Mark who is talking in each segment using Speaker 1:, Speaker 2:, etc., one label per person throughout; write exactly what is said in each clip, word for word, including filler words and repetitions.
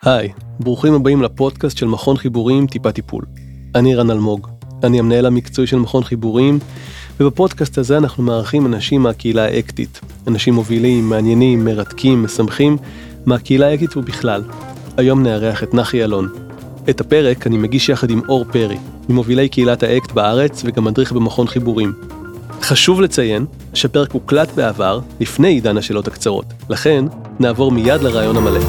Speaker 1: היי, ברוכים הבאים לפודקאסט של מכון חיבורים טיפה טיפול. אני רן אלמוג, אני המנהל המקצועי של מכון חיבורים, ובפודקאסט הזה אנחנו מארחים אנשים מהקהילה האקטית, אנשים מובילים, מעניינים, מרתקים, משמחים, מהקהילה האקטית ובכלל. היום נארח את נחי אלון. את הפרק אני מגיש יחד עם אור פרי, ממובילי קהילת האקט בארץ וגם מדריך במכון חיבורים. חשוב לציין שפרק הוקלט בעבר לפני עידן השאלות הקצרות, לכן נעבור מיד לרעיון המלא.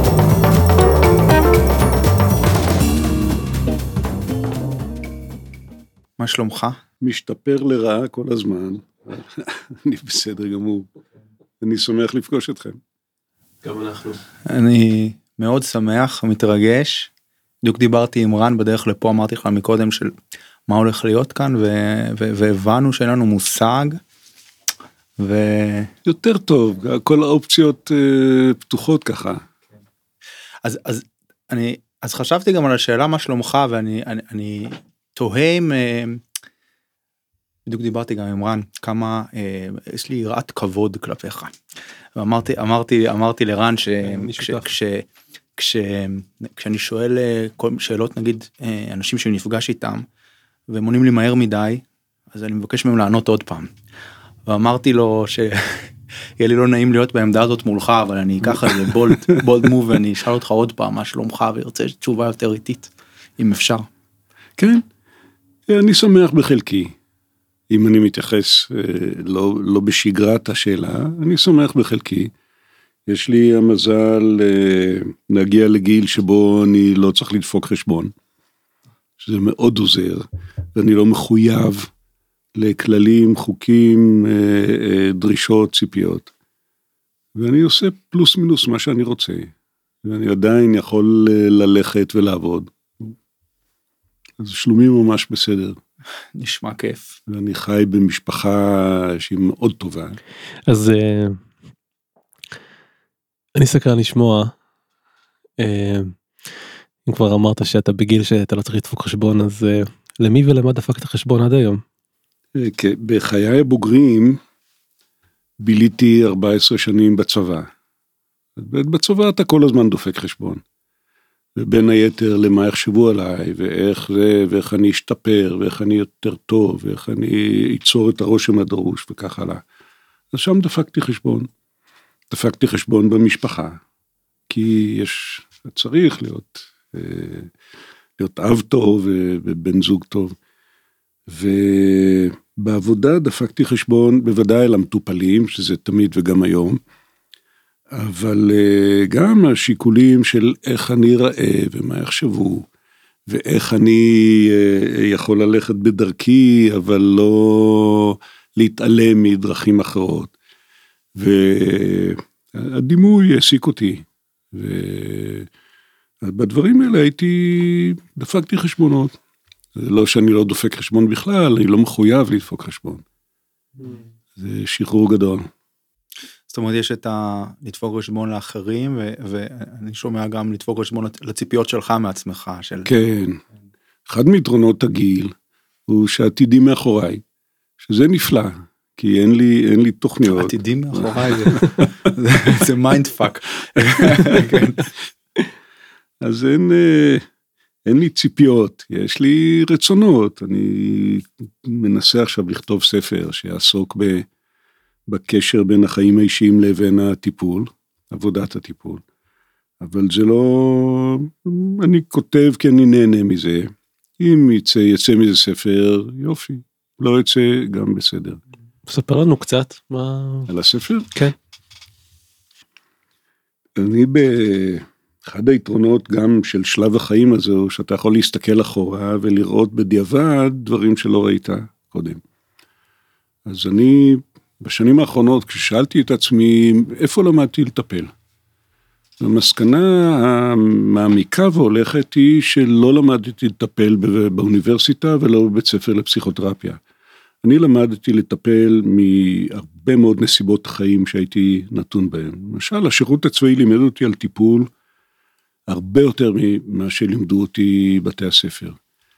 Speaker 2: מה שלומך?
Speaker 3: משתפר לרעה כל הזמן. אני בסדר גמור. אני שמח לפגוש אתכם.
Speaker 1: גם אנחנו.
Speaker 2: אני מאוד שמח, מתרגש. בדיוק דיברתי עם רן בדרך לפה, אמרתי לך מקודם של מה הולך להיות כאן, ו- ו- והבנו שאין לנו מושג. ו...
Speaker 3: יותר טוב, כל האופציות uh, פתוחות ככה.
Speaker 2: אז, אז, אני, אז חשבתי גם על השאלה מה שלומך, ואני אני, אני תוהה עם... בדיוק דיברתי גם עם רן, כמה, אה, יש לי יראת כבוד כלפיך. ואמרתי, אמרתי, אמרתי לרן ש... כש, כש, כש, כשאני שואל כל שאלות, נגיד, אנשים שנפגש איתם, והם עונים לי מהר מדי, אז אני מבקש מהם לענות עוד פעם. ואמרתי לו שיהיה לי לא נעים להיות בעמדה הזאת מולך, אבל אני אקח על זה בולד, בולד מוב, ואני אשאל אותך עוד פעם מה שלומך, וירצה תשובה יותר איטית, אם אפשר.
Speaker 3: כן, אני שמח בחלקי. אם אני מתייחס לא, לא בשגרת השאלה, אני שמח בחלקי. יש לי המזל להגיע לגיל שבו אני לא צריך לדפוק חשבון. שזה מאוד עוזר, ואני לא מחויב לכללים, חוקים, דרישות, ציפיות. ואני עושה פלוס מינוס מה שאני רוצה. ואני עדיין יכול ללכת ולעבוד. אז שלומי ממש בסדר.
Speaker 2: נשמע כיף.
Speaker 3: ואני חי במשפחה שהיא מאוד טובה.
Speaker 1: אז אני סקרן לשמוע, אם כבר אמרת שאתה בגיל שאתה לא צריך לדפוק חשבון, אז למי ולמה דפקת חשבון עד היום?
Speaker 3: בחיי הבוגרים ביליתי ארבע עשרה שנים בצבא. בצבא אתה כל הזמן דופק חשבון. ובין היתר למה יחשבו עליי, ואיך זה, ואיך אני אשתפר, ואיך אני יותר טוב, ואיך אני אצור את הרושם הדרוש, וכך הלאה. אז שם דפקתי חשבון. דפקתי חשבון במשפחה, כי יש, צריך להיות, להיות אב טוב, ובן זוג טוב. ובעבודה דפקתי חשבון, בוודאי למטופלים, שזה תמיד וגם היום, אבל גם השיקולים של איך אני ראה ומה יחשבו, ואיך אני יכול ללכת בדרכי, אבל לא להתעלם מדרכים אחרות. והדימוי העסיק אותי. ובדברים האלה הייתי, דפקתי חשבונות. זה לא שאני לא דופק חשבון בכלל, אני לא מחויב לדפוק חשבון. זה שחרור גדול.
Speaker 2: זאת אומרת, יש את ה... לדפוק חשבון לאחרים, ו... ואני שומע גם לדפוק חשבון לציפיות שלך מעצמך. של...
Speaker 3: כן. אחד מיתרונות הגיל, הוא שעתידי מאחוריי, שזה נפלא, כי אין לי, אין לי תוכניות.
Speaker 2: עתידי מאחוריי, זה, זה מיינד פאק.
Speaker 3: אז אין, אין לי ציפיות, יש לי רצונות, אני מנסה עכשיו לכתוב ספר, שיעסוק ב... בקשר בין החיים האישיים לבין הטיפול, עבודת הטיפול. אבל זה לא, אני כותב כי אני נהנה מזה. אם יצא, יצא מזה ספר, יופי. לא יצא, גם בסדר.
Speaker 1: ספר לנו קצת. מה...
Speaker 3: על הספר?
Speaker 1: כן.
Speaker 3: אני באחד היתרונות גם של שלב החיים הזה, שאתה יכול להסתכל אחורה ולראות בדיעבד דברים שלא ראית קודם. אז אני... בשנים האחרונות, כששאלתי את עצמי, איפה למדתי לטפל? המסקנה המעמיקה והולכת היא שלא למדתי לטפל באוניברסיטה ולא בבית ספר לפסיכותרפיה. אני למדתי לטפל מהרבה מאוד נסיבות חיים שהייתי נתון בהן. למשל, השירות הצבאי לימד אותי על טיפול הרבה יותר ממה שלימדו אותי בתי הספר.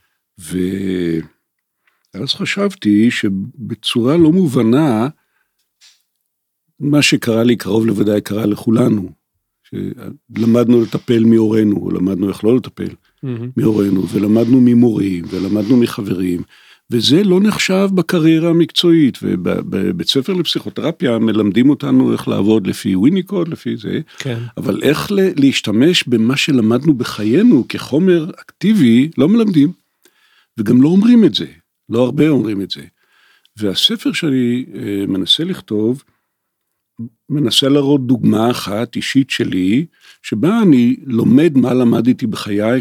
Speaker 3: ואז חשבתי שבצורה לא מובנה, מה שקרה לי קרוב לוודאי קרה לכולנו, שלמדנו לטפל מהורינו, למדנו איך לא לטפל מהורינו, ולמדנו ממורים, ולמדנו מחברים, וזה לא נחשב בקריירה המקצועית, ובבית ספר לפסיכותרפיה מלמדים אותנו איך לעבוד לפי וויניקוד, לפי זה,
Speaker 1: כן.
Speaker 3: אבל איך להשתמש במה שלמדנו בחיינו כחומר אקטיבי, לא מלמדים, וגם לא אומרים את זה, לא הרבה אומרים את זה. והספר שאני מנסה לכתוב, מנסה להראות דוגמה אחת אישית שלי, שבה אני לומד מה למדתי בחיי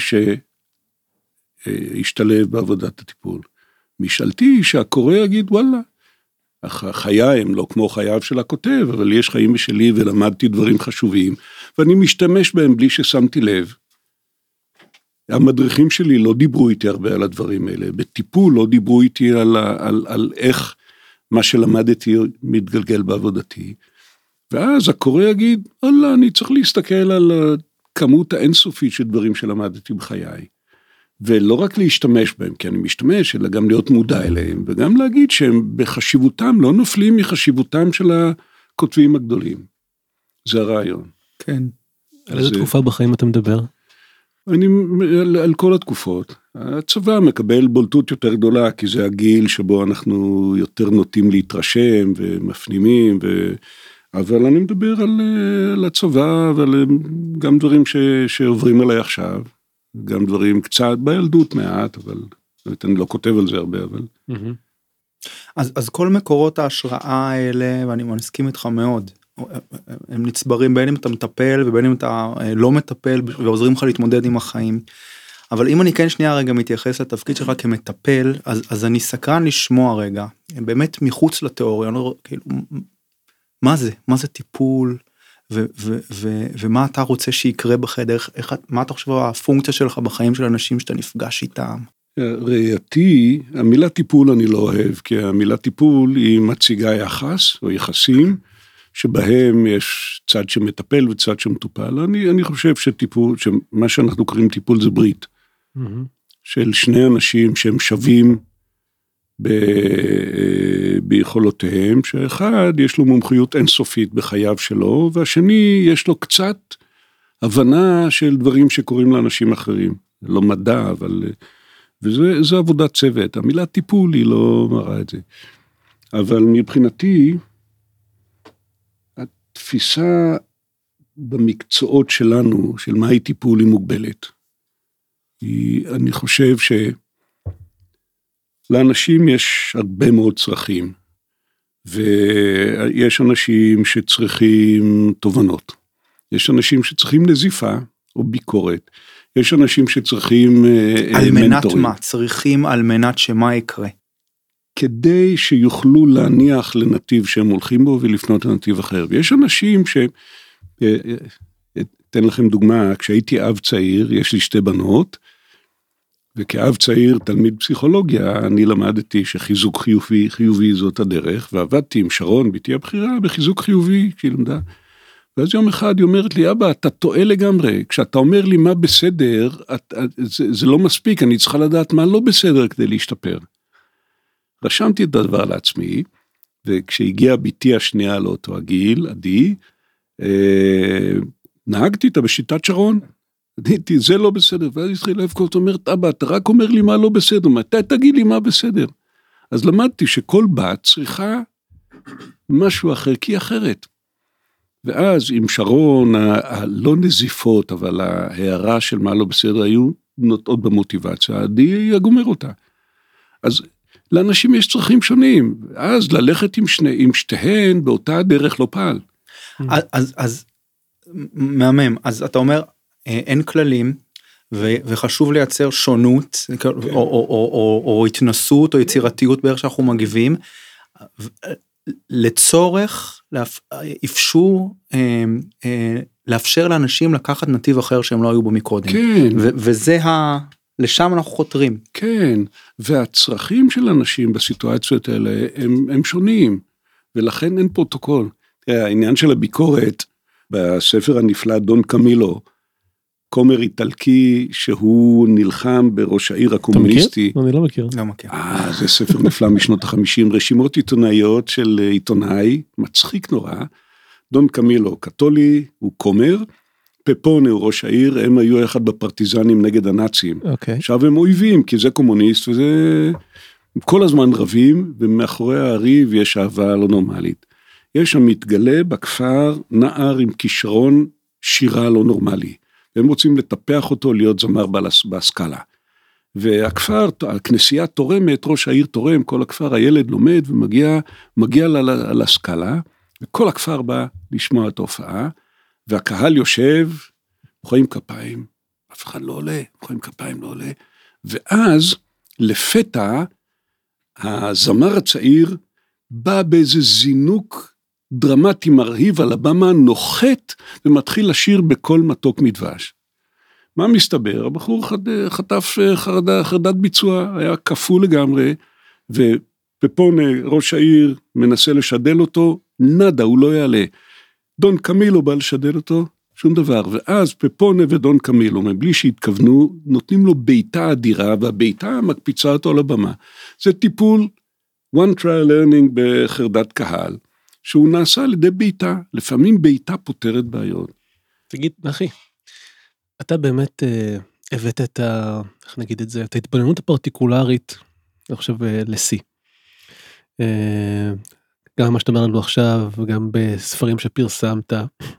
Speaker 3: שהשתלב בעבודת הטיפול. משאלתי שהקורא יגיד וואלה, החיי הם לא כמו חייו של הכותב, אבל יש חיים משלי ולמדתי דברים חשובים, ואני משתמש בהם בלי ששמתי לב. המדריכים שלי לא דיברו איתי הרבה על הדברים האלה, בטיפול לא דיברו איתי על, על, על איך מה שלמדתי מתגלגל בעבודתי, ואז הקורא יגיד, אללה, אני צריך להסתכל על כמות האינסופית של דברים שלמדתי בחיי, ולא רק להשתמש בהם, כי אני משתמש, אלא גם להיות מודע אליהם, וגם להגיד שהם בחשיבותם לא נופלים מחשיבותם של הכותבים הגדולים. זה הרעיון.
Speaker 2: כן.
Speaker 1: על איזה תקופה בחיים אתה מדבר?
Speaker 3: אני, על, על כל התקופות. הצבא מקבל בולטות יותר גדולה, כי זה הגיל שבו אנחנו יותר נוטים להתרשם ומפנימים, ו... אבל אני מדבר על, על הצבא, ועל גם דברים ש, שעוברים עליי עכשיו, גם דברים קצת בילדות מעט, אבל אני לא כותב על זה הרבה, אבל...
Speaker 2: אז, אז כל מקורות ההשראה האלה, ואני מסכים איתך מאוד, הם נצברים בין אם אתה מטפל, ובין אם אתה לא מטפל, ועוזרים לך להתמודד עם החיים. אבל אם אני כן שנייה רגע מתייחס לתפקיד שלך כמטפל, אז, אז אני סקרן לשמוע רגע, באמת מחוץ לתיאוריה, לא, כאילו, מה זה? מה זה טיפול? ו- ו- ו- ומה אתה רוצה שיקרה בחדר? איך, מה אתה חושב הפונקציה שלך בחיים של אנשים שאתה נפגש איתם?
Speaker 3: ראייתי, המילה טיפול אני לא אוהב, כי המילה טיפול היא מציגה יחס או יחסים, שבהם יש צד שמטפל וצד שמטופל. אני, אני חושב שטיפול, שמה שאנחנו קוראים טיפול זה ברית, mm-hmm. של שני אנשים שהם שווים ב, ביכולותיהם, שאחד יש לו מומחיות אינסופית בחייו שלו, והשני יש לו קצת הבנה של דברים שקורים לאנשים אחרים. לא מדע, אבל... וזה, זה עבודת צוות. המילה טיפול היא לא מראה את זה. אבל מבחינתי, התפיסה במקצועות שלנו, של מהי טיפול היא מוגבלת. היא, אני חושב שלאנשים יש הרבה מאוד צרכים, ויש אנשים שצריכים תובנות. יש אנשים שצריכים נזיפה או ביקורת. יש אנשים שצריכים
Speaker 2: על מנת מה? צריכים על מנת שמה יקרה?
Speaker 3: כדי שיוכלו להניח לנתיב שהם הולכים בו ולפנות לנתיב אחר. ויש אנשים ש... אתן לכם דוגמה, כשהייתי אב צעיר, יש לי שתי בנות, וכאב צעיר, תלמיד פסיכולוגיה, אני למדתי שחיזוק חיובי, חיובי זאת הדרך, ועבדתי עם שרון, ביתי הבחירה, בחיזוק חיובי, כשהיא למדה. ואז יום אחד היא אומרת לי, אבא, אתה טועה לגמרי, כשאתה אומר לי מה בסדר, את, זה, זה לא מספיק, אני צריכה לדעת מה לא בסדר כדי להשתפר. רשמתי את הדבר לעצמי, וכשהגיעה ביתי השנייה לאותו הגיל, עדי, אה, נהגתי איתה בשיטת שרון, עדיתי, זה לא בסדר, ואז היא התחילה לבכות, אומרת, אבא, אתה רק אומר לי מה לא בסדר, מתי תגיד לי מה בסדר? אז למדתי שכל בת צריכה משהו אחר, כי אחרת. ואז עם שרון, הלא נזיפות, אבל ההערה של מה לא בסדר, היו נוטעות במוטיבציה, עדי אגומר אותה. אז לאנשים יש צרכים שונים, אז ללכת עם, שני, עם שתיהן באותה דרך לא פעל.
Speaker 2: אז, אז, אז מהמם, אז אתה אומר, אין כללים, ו, וחשוב לייצר שונות, או, או, או, או, או התנסות, או יצירתיות באיך שאנחנו מגיבים, לצורך, אפשור, לאפשר לאנשים לקחת נתיב אחר שהם לא היו בו מקודם.
Speaker 3: כן.
Speaker 2: ו, וזה ה... לשם אנחנו חותרים.
Speaker 3: כן, והצרכים של אנשים בסיטואציות האלה הם, הם שונים, ולכן אין פרוטוקול. העניין של הביקורת, בספר הנפלא דון קמילו, כומר איטלקי שהוא נלחם בראש העיר הקומוניסטי.
Speaker 1: אתה מכיר? אני לא מכיר.
Speaker 2: לא מכיר.
Speaker 3: אה, זה ספר נפלא משנות החמישים, רשימות עיתונאיות של עיתונאי, מצחיק נורא, דון קמילו, קתולי, הוא כומר, פפונה הוא ראש העיר, הם היו אחד בפרטיזנים נגד הנאצים.
Speaker 1: אוקיי.
Speaker 3: עכשיו הם אויבים, כי זה קומוניסט, וזה כל הזמן רבים, ומאחורי הריב יש אהבה לא נורמלית. יש שם מתגלה בכפר נער עם כישרון שירה לא נורמלי, והם רוצים לטפח אותו להיות זמר בהשכלה. והכפר, הכנסייה תורמת, ראש העיר תורם, כל הכפר, הילד לומד ומגיע מגיע להשכלה, וכל הכפר בא לשמוע את ההופעה, והקהל יושב, מוחאים כפיים, אף אחד לא עולה, מוחאים כפיים לא עולה, ואז לפתע, הזמר הצעיר בא באיזה זינוק דרמטי מרהיב על הבמה, נוחת ומתחיל לשיר בכל מתוק מדבש. מה מסתבר? הבחור חטף חרדה, חרדת ביצוע, היה כפול לגמרי, ופפונה, ראש העיר, מנסה לשדל אותו, נדה, הוא לא יעלה. דון קמילו בא לשדל אותו, שום דבר. ואז פפונה ודון קמילו, מבלי שהתכוונו, נותנים לו ביתה אדירה, והביתה מקפיצה אותו על הבמה. זה טיפול one trial learning בחרדת קהל, שהוא נעשה על ידי ביתה, לפעמים ביתה פותרת בעיות.
Speaker 1: תגיד, אחי, אתה באמת אה, הבאת את ה... איך נגיד את זה? את ההתבוננות הפרטיקולרית, אני חושב, לסי. אה, גם מה שאתה אומר לנו עכשיו, וגם בספרים שפרסמת.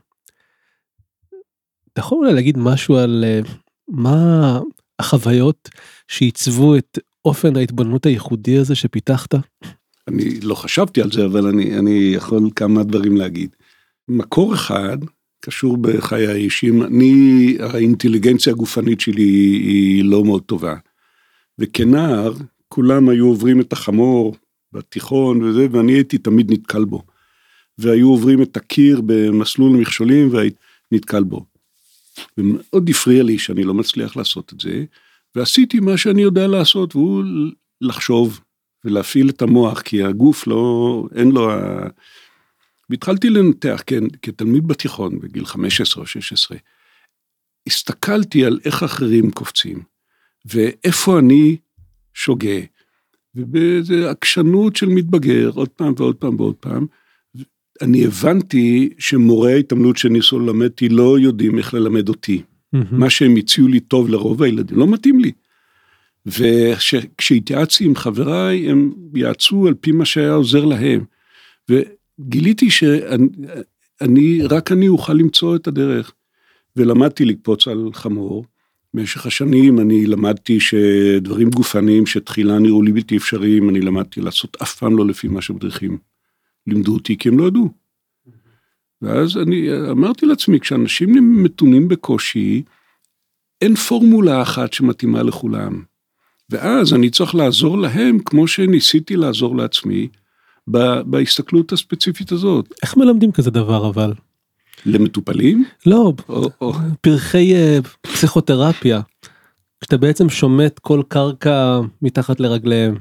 Speaker 1: אתה יכול אולי להגיד משהו על אה, מה החוויות שעיצבו את אופן ההתבוננות הייחודי הזה שפיתחת?
Speaker 3: אני לא חשבתי על זה, אבל אני, אני יכול כמה דברים להגיד. מקור אחד, קשור בחיי האישים, אני, האינטליגנציה הגופנית שלי היא לא מאוד טובה. וכנער, כולם היו עוברים את החמור בתיכון וזה, ואני הייתי תמיד נתקל בו. והיו עוברים את הקיר במסלול מכשולים, והייתי נתקל בו. ומאוד הפריע לי שאני לא מצליח לעשות את זה, ועשיתי מה שאני יודע לעשות, והוא לחשוב ולהפעיל את המוח, כי הגוף לא, אין לו ה... והתחלתי לנתח, כן, כתלמיד בתיכון, בגיל חמש עשרה או שש עשרה, הסתכלתי על איך אחרים קופצים, ואיפה אני שוגה, ובאיזו עקשנות של מתבגר, עוד פעם ועוד פעם ועוד פעם, אני הבנתי שמורי ההתעמלות שניסו ללמדתי, לא יודעים איך ללמד אותי. Mm-hmm. מה שהם הציעו לי טוב לרוב הילדים, לא מתאים לי. וכשהתייעצתי עם חבריי, הם יעצו על פי מה שהיה עוזר להם, וגיליתי שאני, רק אני אוכל למצוא את הדרך, ולמדתי לקפוץ על חמור. במשך השנים אני למדתי שדברים גופניים שתחילה נראו לי בלתי אפשריים, אני למדתי לעשות אף פעם לא לפי מה שבדריכים לימדו אותי, כי הם לא ידעו. ואז אני אמרתי לעצמי, כשאנשים מתונים בקושי, אין פורמולה אחת שמתאימה לכולם. ואז אני צריך לעזור להם, כמו שניסיתי לעזור לעצמי, בהסתכלות הספציפית הזאת.
Speaker 1: איך מלמדים כזה דבר אבל?
Speaker 3: למטופלים?
Speaker 1: לא, או, או. פרחי פסיכותרפיה, כשאתה בעצם שומט כל קרקע מתחת לרגליהם.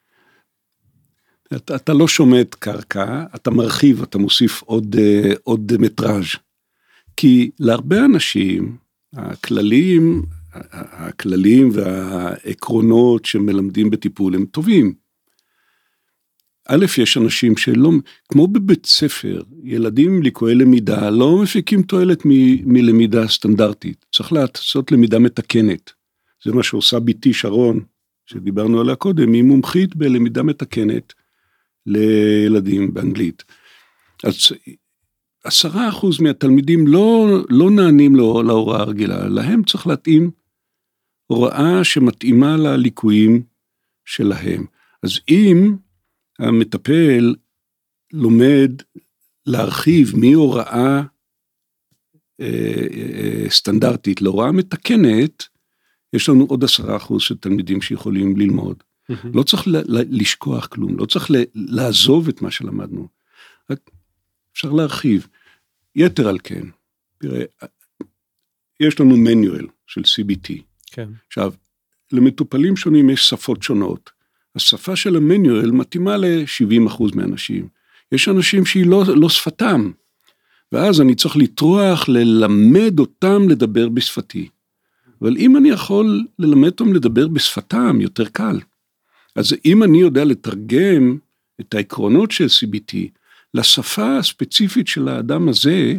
Speaker 3: אתה, אתה לא שומט קרקע, אתה מרחיב, אתה מוסיף עוד, עוד מטראז'. כי להרבה אנשים, הכללים, הכללים והעקרונות שמלמדים בטיפול הם טובים. א', יש אנשים שלא, כמו בבית ספר, ילדים עם ליקויי למידה לא מפיקים תועלת מ, מלמידה סטנדרטית. צריך לעשות למידה מתקנת. זה מה שעושה ביתי שרון, שדיברנו עליה קודם, היא מומחית בלמידה מתקנת לילדים באנגלית. אז עשרה אחוז מהתלמידים לא, לא נענים לו, להוראה הרגילה, להם צריך להתאים הוראה שמתאימה לליקויים שלהם. אז אם המטפל לומד להרחיב מהוראה אה, אה, סטנדרטית להוראה מתקנת, יש לנו עוד עשרה אחוז של תלמידים שיכולים ללמוד. Mm-hmm. לא צריך ל- ל- לשכוח כלום, לא צריך ל- לעזוב את מה שלמדנו. רק אפשר להרחיב. יתר על כן, תראה, יש לנו מניואל של סי בי טי.
Speaker 1: כן.
Speaker 3: עכשיו, למטופלים שונים יש שפות שונות. השפה של המניואל מתאימה ל-שבעים אחוז מהאנשים. יש אנשים שהיא לא, לא שפתם, ואז אני צריך לטרוח ללמד אותם לדבר בשפתי. אבל אם אני יכול ללמד אותם לדבר בשפתם, יותר קל. אז אם אני יודע לתרגם את העקרונות של סי בי טי, לשפה הספציפית של האדם הזה,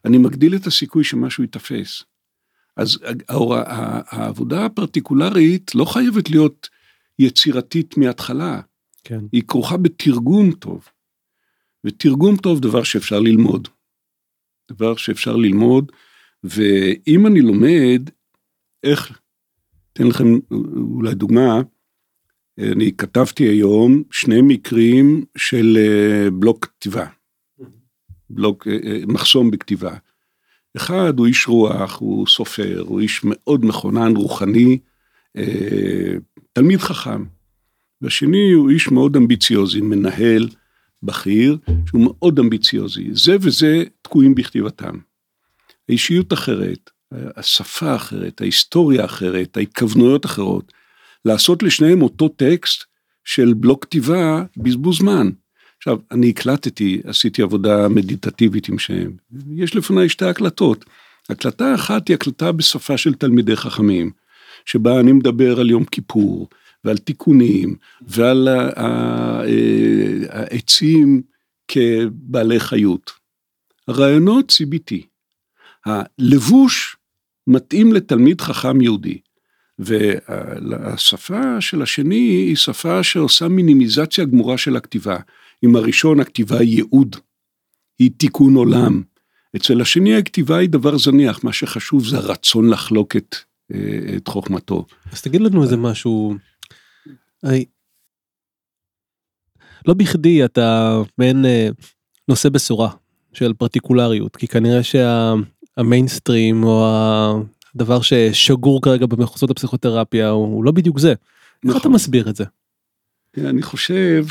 Speaker 3: אני מגדיל את הסיכוי שמשהו יתפס. אז העבודה הפרטיקולרית לא חייבת להיות יצירתית מההתחלה.
Speaker 1: כן.
Speaker 3: היא כרוכה בתרגום טוב. ותרגום טוב דבר שאפשר ללמוד. דבר שאפשר ללמוד, ואם אני לומד, איך, אתן לכם אולי דוגמה, אני כתבתי היום שני מקרים של בלוק כתיבה. בלוק, מחסום בכתיבה. אחד הוא איש רוח, הוא סופר, הוא איש מאוד מכונן, רוחני, תלמיד חכם. והשני הוא איש מאוד אמביציוזי, מנהל בכיר, שהוא מאוד אמביציוזי. זה וזה תקועים בכתיבתם. האישיות אחרת, השפה אחרת, ההיסטוריה אחרת, ההתכוונויות אחרות. לעשות לשניהם אותו טקסט של בלוק כתיבה בזבוז זמן. עכשיו, אני הקלטתי, עשיתי עבודה מדיטטיבית עם שהם. יש לפני שתי הקלטות. הקלטה אחת היא הקלטה בשפה של תלמידי חכמים, שבה אני מדבר על יום כיפור, ועל תיקונים, ועל העצים כבעלי חיות. הרעיונות סי בי טי. הלבוש מתאים לתלמיד חכם יהודי. והשפה של השני היא שפה שעושה מינימיזציה גמורה של הכתיבה. עם הראשון הכתיבה היא ייעוד, היא תיקון עולם. אצל השני הכתיבה היא דבר זניח, מה שחשוב זה הרצון לחלוק את, את חוכמתו.
Speaker 1: אז תגיד לנו איזה משהו, אי, לא בכדי אתה בין נושא בשורה של פרטיקולריות, כי כנראה שהמיינסטרים או הדבר ששגור כרגע במחוזות הפסיכותרפיה הוא לא בדיוק זה. איך אתה מסביר את זה?
Speaker 3: אני חושב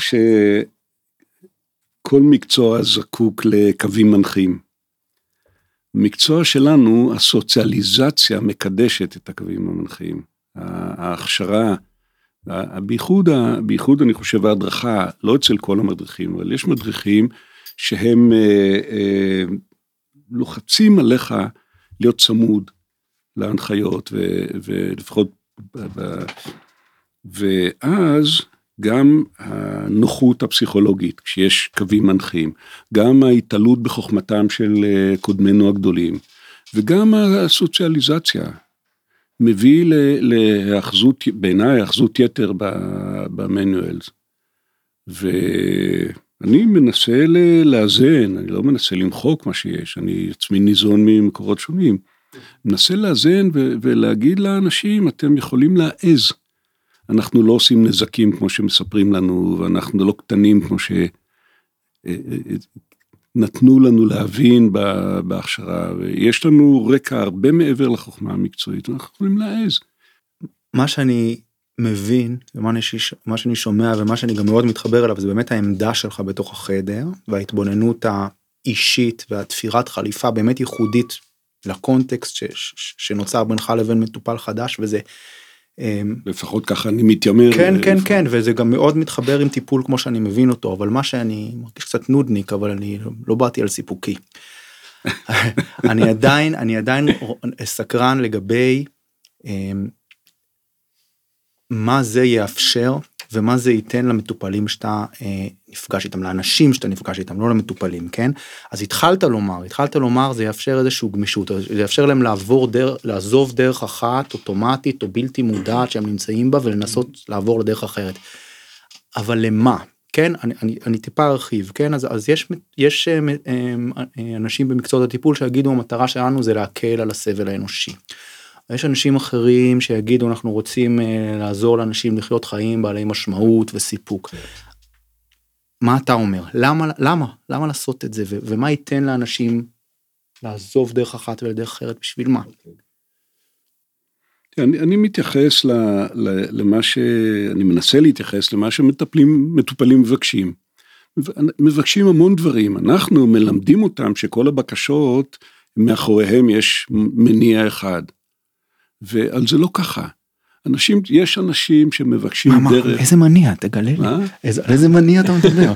Speaker 3: שכל מקצוע זקוק לקווים מנחים. מקצוע שלנו, הסוציאליזציה מקדשת את הקווים המנחים. ההכשרה, בייחוד, בייחוד אני חושב ההדרכה, לא אצל כל המדריכים, אבל יש מדריכים שהם אה, אה, לוחצים עליך להיות צמוד להנחיות, ו, ולפחות, ו, ואז גם הנוחות הפסיכולוגית, כשיש קווים מנחים, גם ההתעלות בחוכמתם של קודמינו הגדולים, וגם הסוציאליזציה, מביא להאחזות, בעיניי, האחזות יתר במנואלס. ואני מנסה לאזן, אני לא מנסה למחוק מה שיש, אני עצמי ניזון ממקורות שונים, מנסה לאזן ולהגיד לאנשים, אתם יכולים להעז. אנחנו לא עושים נזקים כמו שמספרים לנו, ואנחנו לא קטנים כמו שנתנו לנו להבין בהכשרה, ויש לנו רקע הרבה מעבר לחוכמה המקצועית, אנחנו יכולים להעז.
Speaker 2: מה שאני מבין, ומה שאני שומע, ומה שאני גם מאוד מתחבר אליו, זה באמת העמדה שלך בתוך החדר, וההתבוננות האישית, והתפירת חליפה באמת ייחודית לקונטקסט שנוצר בינך לבין מטופל חדש, וזה
Speaker 3: לפחות ככה אני מתיימר.
Speaker 2: כן, כן, כן, וזה גם מאוד מתחבר עם טיפול כמו שאני מבין אותו, אבל מה שאני מרגיש קצת נודניק, אבל אני לא באתי על סיפוקי. אני עדיין, אני עדיין סקרן לגבי מה זה יאפשר, ומה זה ייתן למטופלים שאתה נפגש איתם, לאנשים שאתה נפגש איתם, לא למטופלים, כן? אז התחלת לומר, התחלת לומר, זה יאפשר איזשהו גמישות, זה יאפשר להם לעבור דרך, לעזוב דרך אחת, אוטומטית או בלתי מודעת שהם נמצאים בה, ולנסות לעבור לדרך אחרת. אבל למה? כן? אני, אני, אני טיפה ארחיב, כן? אז, אז יש, יש אנשים במקצועות הטיפול שיגידו, המטרה שלנו זה להקל על הסבל האנושי. יש אנשים אחרים שיגידו, אנחנו רוצים לעזור לאנשים לחיות חיים בעלי משמעות וסיפוק. מה אתה אומר? למה, למה? למה לעשות את זה? ו- ומה ייתן לאנשים לעזוב דרך אחת ולדרך אחרת? בשביל מה?
Speaker 3: אני, אני מתייחס ל, ל, למה ש... אני מנסה להתייחס למה שמטפלים, מטופלים מבקשים. מבקשים המון דברים. אנחנו מלמדים אותם שכל הבקשות, מאחוריהם יש מניע אחד. ועל זה לא ככה. אנשים, יש אנשים שמבקשים
Speaker 2: מה,
Speaker 3: דרך...
Speaker 2: מה, איזה מניע, תגלה לי. איזה, איזה מניע אתה מדבר?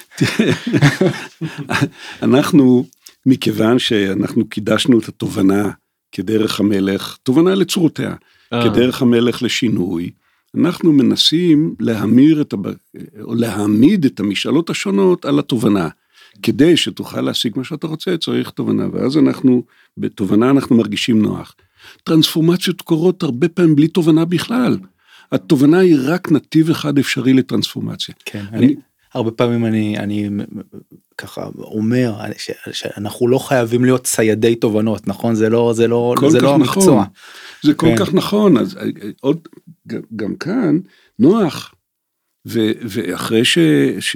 Speaker 3: אנחנו, מכיוון שאנחנו קידשנו את התובנה כדרך המלך, תובנה לצורותיה, כדרך המלך לשינוי, אנחנו מנסים להמיר את, או להעמיד את המשאלות השונות על התובנה. כדי שתוכל להשיג מה שאתה רוצה, צריך תובנה, ואז אנחנו, בתובנה אנחנו מרגישים נוח. טרנספורמציות קורות הרבה פעמים בלי תובנה בכלל. התובנה היא רק נתיב אחד אפשרי לטרנספורמציה.
Speaker 2: כן, אני, אני, הרבה פעמים אני, אני ככה אומר, ש, שאנחנו לא חייבים להיות ציידי תובנות, נכון? זה לא, זה לא, זה לא המקצוע.
Speaker 3: נכון. זה כל כן. כך נכון, אז עוד, גם כאן, נוח, ו, ואחרי ש,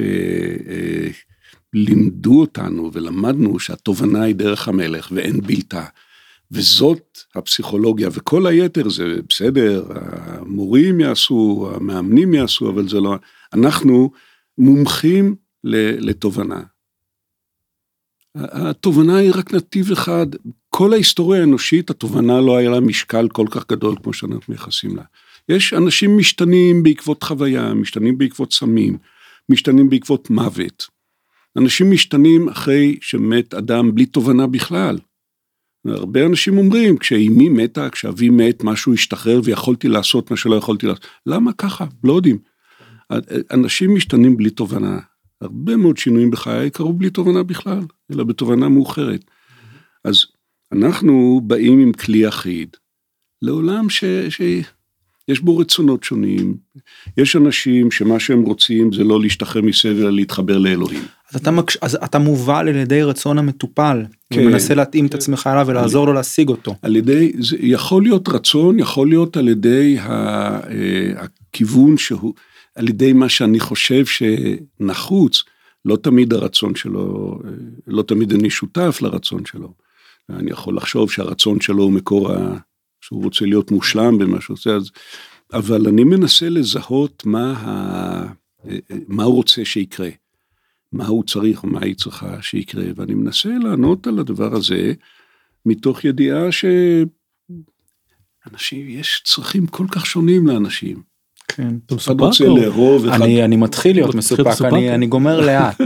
Speaker 3: שלימדו אותנו ולמדנו שהתובנה היא דרך המלך ואין בלתה, וזאת הפסיכולוגיה, וכל היתר זה בסדר, המורים יעשו, המאמנים יעשו, אבל זה לא, אנחנו מומחים לתובנה. התובנה היא רק נתיב אחד, כל ההיסטוריה האנושית, התובנה לא היה לה משקל כל כך גדול כמו שאנחנו מייחסים לה. יש אנשים משתנים בעקבות חוויה, משתנים בעקבות סמים, משתנים בעקבות מוות. אנשים משתנים אחרי שמת אדם בלי תובנה בכלל. הרבה אנשים אומרים, כשאימי מתה, כשאבי מת, משהו השתחרר ויכולתי לעשות מה שלא יכולתי לעשות. למה ככה? לא יודעים. אנשים משתנים בלי תובנה. הרבה מאוד שינויים בחיי קרו בלי תובנה בכלל, אלא בתובנה מאוחרת. אז אנחנו באים עם כלי אחיד, לעולם ש... שיש בו רצונות שונים. יש אנשים שמה שהם רוצים זה לא להשתחרר מסבל, אלא להתחבר לאלוהים.
Speaker 2: אז אתה, מקש... אז אתה מובל על ידי רצון המטופל, כן, ומנסה להתאים כן. את עצמך עליו ולעזור לו להשיג אותו.
Speaker 3: על ידי, זה יכול להיות רצון, יכול להיות על ידי הכיוון שהוא, על ידי מה שאני חושב שנחוץ, לא תמיד הרצון שלו, לא תמיד אני שותף לרצון שלו. אני יכול לחשוב שהרצון שלו הוא מקור, שהוא רוצה להיות מושלם במה שהוא עושה, אז, אבל אני מנסה לזהות מה, ה, מה הוא רוצה שיקרה. מה הוא צריך או מה היא צריכה שיקרה, ואני מנסה לענות על הדבר הזה, מתוך ידיעה שאנשים, יש צרכים כל כך שונים לאנשים.
Speaker 2: כן.
Speaker 3: אחד רוצה לאהוב, אחד...
Speaker 2: אני, אני מתחיל להיות מסופק, אני, אני גומר לאט.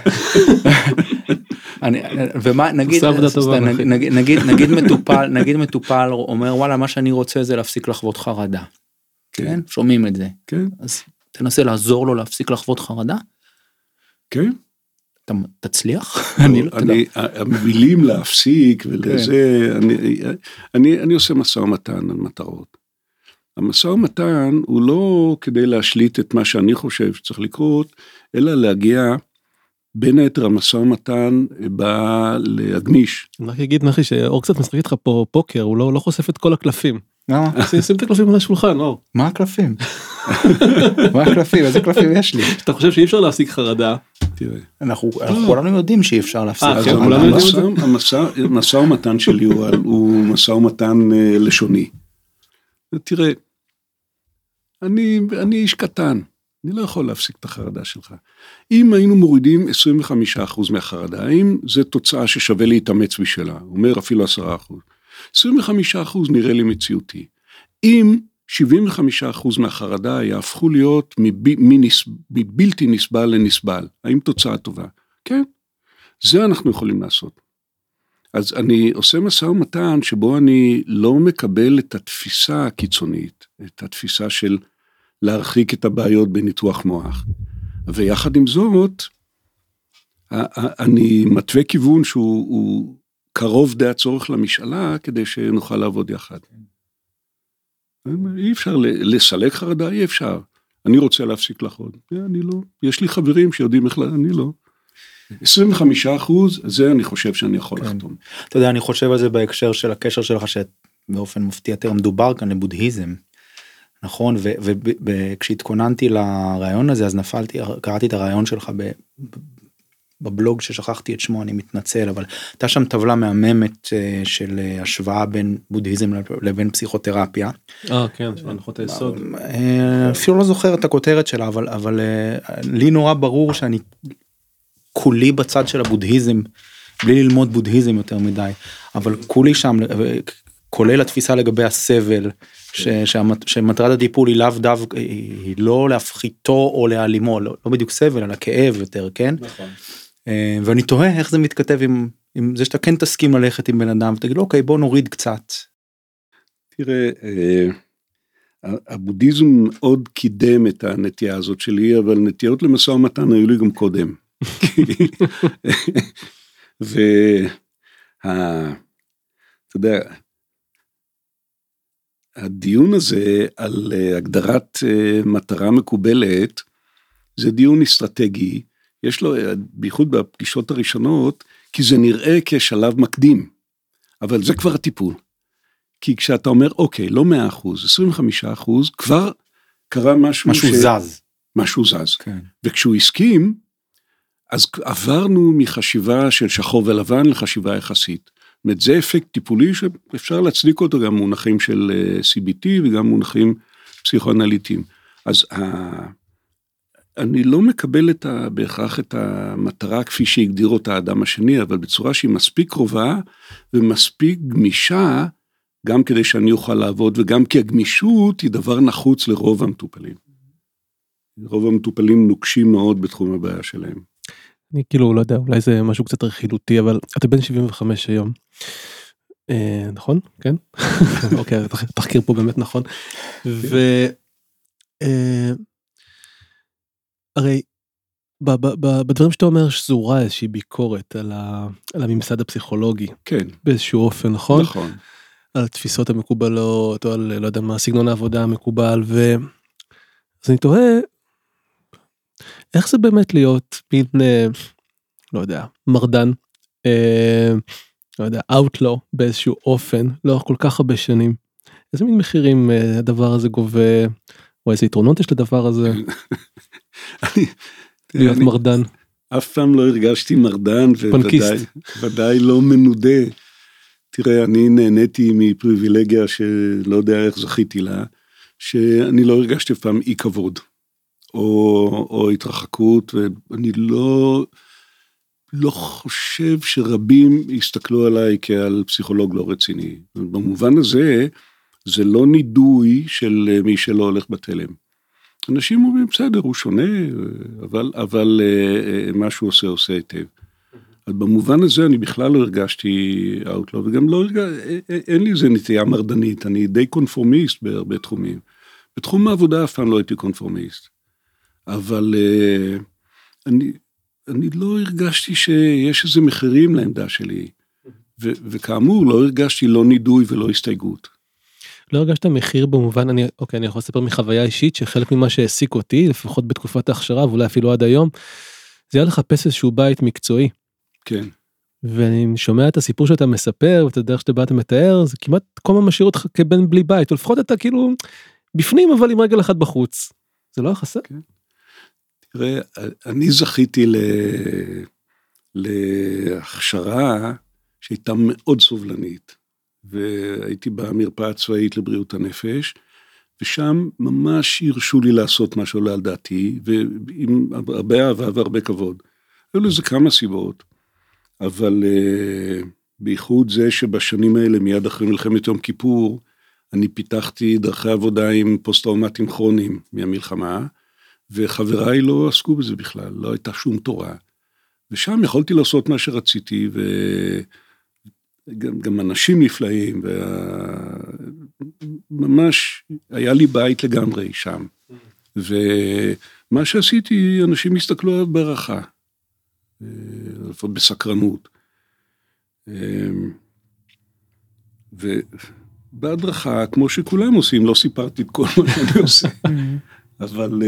Speaker 2: אני, ומה, נגיד, נגיד, נגיד, נגיד מטופל, נגיד מטופל אומר, וואלה, מה שאני רוצה זה להפסיק לחוות חרדה. כן? שומעים את זה. כן. אז תנסה לעזור לו להפסיק לחוות חרדה.
Speaker 3: כן.
Speaker 2: אתה תצליח?
Speaker 3: אני לא יודע. המילים להפסיק ולזה, אני עושה משא ומתן על מטרות. המשא ומתן הוא לא כדי להשליט את מה שאני חושב שצריך לקרות, אלא להגיע, בין היתר המשא ומתן בא להגמיש.
Speaker 1: אני רק אגיד נחי שאור קצת משחק איתך פה פוקר, הוא לא חושף את כל הקלפים. שים את הקלפים על השולחן, אור.
Speaker 2: מה הקלפים? מה הקלפים? איזה קלפים יש לי?
Speaker 1: אתה חושב שאי אפשר להפסיק חרדה?
Speaker 2: אנחנו כולנו יודעים שאי אפשר להפסיק.
Speaker 3: המשא ומתן שלי הוא משא ומתן לשוני. תראה, אני איש קטן, אני לא יכול להפסיק את החרדה שלך. אם היינו מורידים עשרים וחמישה אחוז מהחרדה, האם זו תוצאה ששווה להתאמץ בשבילה? הוא אומר אפילו עשרה אחוז. עשרים וחמישה אחוז נראה לי מציאותי. אם שבעים וחמישה אחוז מהחרדה יהפכו להיות מבלתי נסבל לנסבל, האם תוצאה טובה? כן, זה אנחנו יכולים לעשות. אז אני עושה משא ומתן שבו אני לא מקבל את התפיסה הקיצונית, את התפיסה של להרחיק את הבעיות בניתוח מוח. ויחד עם זאת, אני מתווה כיוון שהוא קרוב די הצורך למשאלה, כדי שנוכל לעבוד יחד. אי אפשר לסלק חרדה, אי אפשר. אני רוצה להפסיק לחוד. אני לא. יש לי חברים שיודעים איך, אני לא. עשרים וחמישה אחוז, זה אני חושב שאני יכול לחתום.
Speaker 2: אתה יודע, אני חושב על זה בהקשר של הקשר שלך, שבאופן מפתיע יותר מדובר כאן לבודהיזם, נכון? וכשהתכוננתי לרעיון הזה, אז נפלתי, קראתי את הרעיון שלך בבלוג ששכחתי את שמו, אני מתנצל, אבל הייתה שם טבלה מהממת של השוואה בין בודהיזם לבין פסיכותרפיה.
Speaker 1: אה, כן, של הנחות היסוד.
Speaker 2: אפילו לא זוכר את הכותרת שלה, אבל, אבל לי נורא ברור שאני כולי בצד של הבודהיזם, בלי ללמוד בודהיזם יותר מדי, אבל כולי שם, כולל התפיסה לגבי הסבל, ש, שמטרת הטיפול היא לאו דווקא, היא לא להפחיתו או להעלימו, לא, לא בדיוק סבל, אלא כאב יותר, כן? נכון. ואני תוהה איך זה מתכתב עם, עם זה שאתה כן תסכים ללכת עם בן אדם, ותגיד לו, אוקיי, בוא נוריד קצת.
Speaker 3: תראה, הבודהיזם עוד קידם את הנטייה הזאת שלי, אבל נטיות למשא ומתן היו לי גם קודם. ואתה יודע, הדיון הזה על הגדרת מטרה מקובלת, זה דיון אסטרטגי, יש לו, בייחוד בפגישות הראשונות, כי זה נראה כשלב מקדים, אבל זה כבר הטיפול. כי כשאתה אומר, אוקיי, לא מאה אחוז, עשרים וחמישה אחוז, כבר קרה משהו,
Speaker 2: משהו
Speaker 3: ש...
Speaker 2: זז.
Speaker 3: משהו זז.
Speaker 2: כן.
Speaker 3: וכשהוא הסכים, אז עברנו מחשיבה של שחור ולבן לחשיבה יחסית. זאת אומרת, זה אפקט טיפולי שאפשר להצדיק אותו גם מונחים של סי בי טי וגם מונחים פסיכואנליטיים. אז ה... אני לא מקבל את ה... בהכרח את המטרה כפי שהגדיר אותה האדם השני, אבל בצורה שהיא מספיק קרובה ומספיק גמישה, גם כדי שאני אוכל לעבוד, וגם כי הגמישות היא דבר נחוץ לרוב המטופלים. רוב המטופלים נוקשים מאוד בתחום הבעיה שלהם.
Speaker 1: אני כאילו לא יודע, אולי זה משהו קצת רכילותי, אבל אתה בן שבעים וחמש היום. אה, נכון? כן? אוקיי, התחקיר פה באמת נכון. ו... אה, הרי, ב- ב- ב- בדברים שאתה אומר שזורה איזושהי ביקורת על, ה... על הממסד הפסיכולוגי.
Speaker 3: כן.
Speaker 1: באיזשהו אופן, נכון?
Speaker 3: נכון.
Speaker 1: על התפיסות המקובלות, או על, לא יודע מה, סגנון העבודה המקובל, ו... אז אני תוהה, איך זה באמת להיות מין, לא יודע, מרדן, אה, לא יודע, outlaw באיזשהו אופן, לאורך כל כך הרבה שנים. איזה מין מחירים אה, הדבר הזה גובה, או איזה יתרונות יש לדבר הזה? להיות
Speaker 3: אני,
Speaker 1: מרדן.
Speaker 3: אף פעם לא הרגשתי מרדן,
Speaker 1: פנקיסט.
Speaker 3: וודאי לא מנודה. תראה, אני נהניתי מפריבילגיה שלא יודע איך זכיתי לה, שאני לא הרגשתי פעם אי כבוד, או, או התרחקות, ואני לא, לא חושב שרבים יסתכלו עליי כעל פסיכולוג לא רציני. במובן הזה, זה לא נידוי של מי שלא הולך בתלם. אנשים אומרים, בסדר, הוא שונה, אבל, אבל מה שהוא עושה, עושה היטב. אז במובן הזה אני בכלל לא הרגשתי אאוטלו, וגם לא הרגשתי, אין לי איזה נטייה מרדנית, אני די קונפורמיסט בהרבה תחומים. בתחום העבודה אף פעם לא הייתי קונפורמיסט. אבל אני, אני לא הרגשתי שיש איזה מחירים לעמדה שלי, ו, וכאמור לא הרגשתי לא נידוי ולא הסתייגות.
Speaker 1: לא הרגשת מחיר במובן, אני, אוקיי, אני יכול לספר מחוויה אישית, שחלק ממה שהעסיק אותי, לפחות בתקופת ההכשרה, ואולי אפילו עד היום, זה היה לחפש איזשהו בית מקצועי.
Speaker 3: כן.
Speaker 1: ואני שומע את הסיפור שאתה מספר, ואת הדרך שאתה בא אתה מתאר, זה כמעט כל מה משאיר אותך כבן בלי בית, או לפחות אתה כאילו בפנים, אבל עם רגל אחת בחוץ. זה לא היה חסר?
Speaker 3: כן. תראה, אני זכיתי ל... להכשרה שהייתה מאוד סובלנית, והייתי במרפאה הצבאית לבריאות הנפש, ושם ממש הרשו לי לעשות מה שעולה על דעתי, ועם הרבה אהבה והרבה כבוד. היו לזה כמה סיבות, אבל uh, בייחוד זה שבשנים האלה, מיד אחרי מלחמת יום כיפור, אני פיתחתי דרכי עבודה עם פוסט-טראומטיים כרוניים מהמלחמה, וחבריי לא עסקו בזה בכלל, לא הייתה שום תורה. ושם יכולתי לעשות מה שרציתי, וגם גם אנשים נפלאים, וממש היה לי בית לגמרי שם. ומה שעשיתי, אנשים הסתכלו עליו ברכה, בסקרנות. ובהדרכה, כמו שכולם עושים, לא סיפרתי את כל מה שאני עושה. אבל,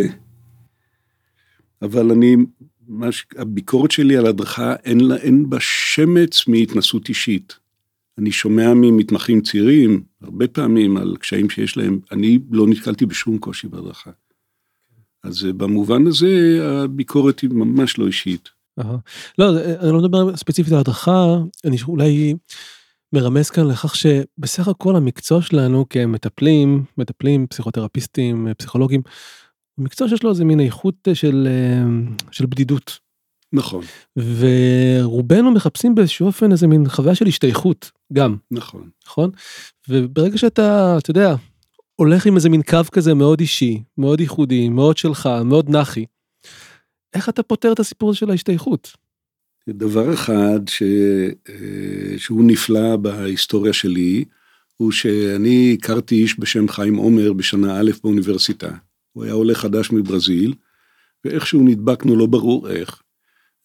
Speaker 3: אבל אני, הביקורת שלי על הדרכה, אין לה, אין בה שמץ מהתנסות אישית. אני שומע ממתמחים צעירים, הרבה פעמים על קשיים שיש להם, אני לא נתקלתי בשום קושי בהדרכה. אז במובן הזה, הביקורת היא ממש לא אישית.
Speaker 1: לא, אני לא מדבר ספציפית על הדרכה, אני אולי מרמז כאן לכך שבסך הכל המקצוע שלנו כמטפלים, מטפלים, פסיכותרפיסטים, פסיכולוגים, המקצוע שיש לו איזה מין איכות של, של בדידות.
Speaker 3: נכון.
Speaker 1: ורובנו מחפשים באיזשהו אופן איזה מין חוויה של השתייכות, גם.
Speaker 3: נכון.
Speaker 1: נכון? וברגע שאתה, אתה יודע, הולך עם איזה מין קו כזה מאוד אישי, מאוד ייחודי, מאוד שלך, מאוד נחי, איך אתה פותר את הסיפור של ההשתייכות?
Speaker 3: דבר אחד ש... שהוא נפלא בהיסטוריה שלי, הוא שאני הכרתי איש בשם חיים עומר בשנה א' באוניברסיטה. הוא היה עולה חדש מברזיל, ואיכשהו נדבקנו, לא ברור איך.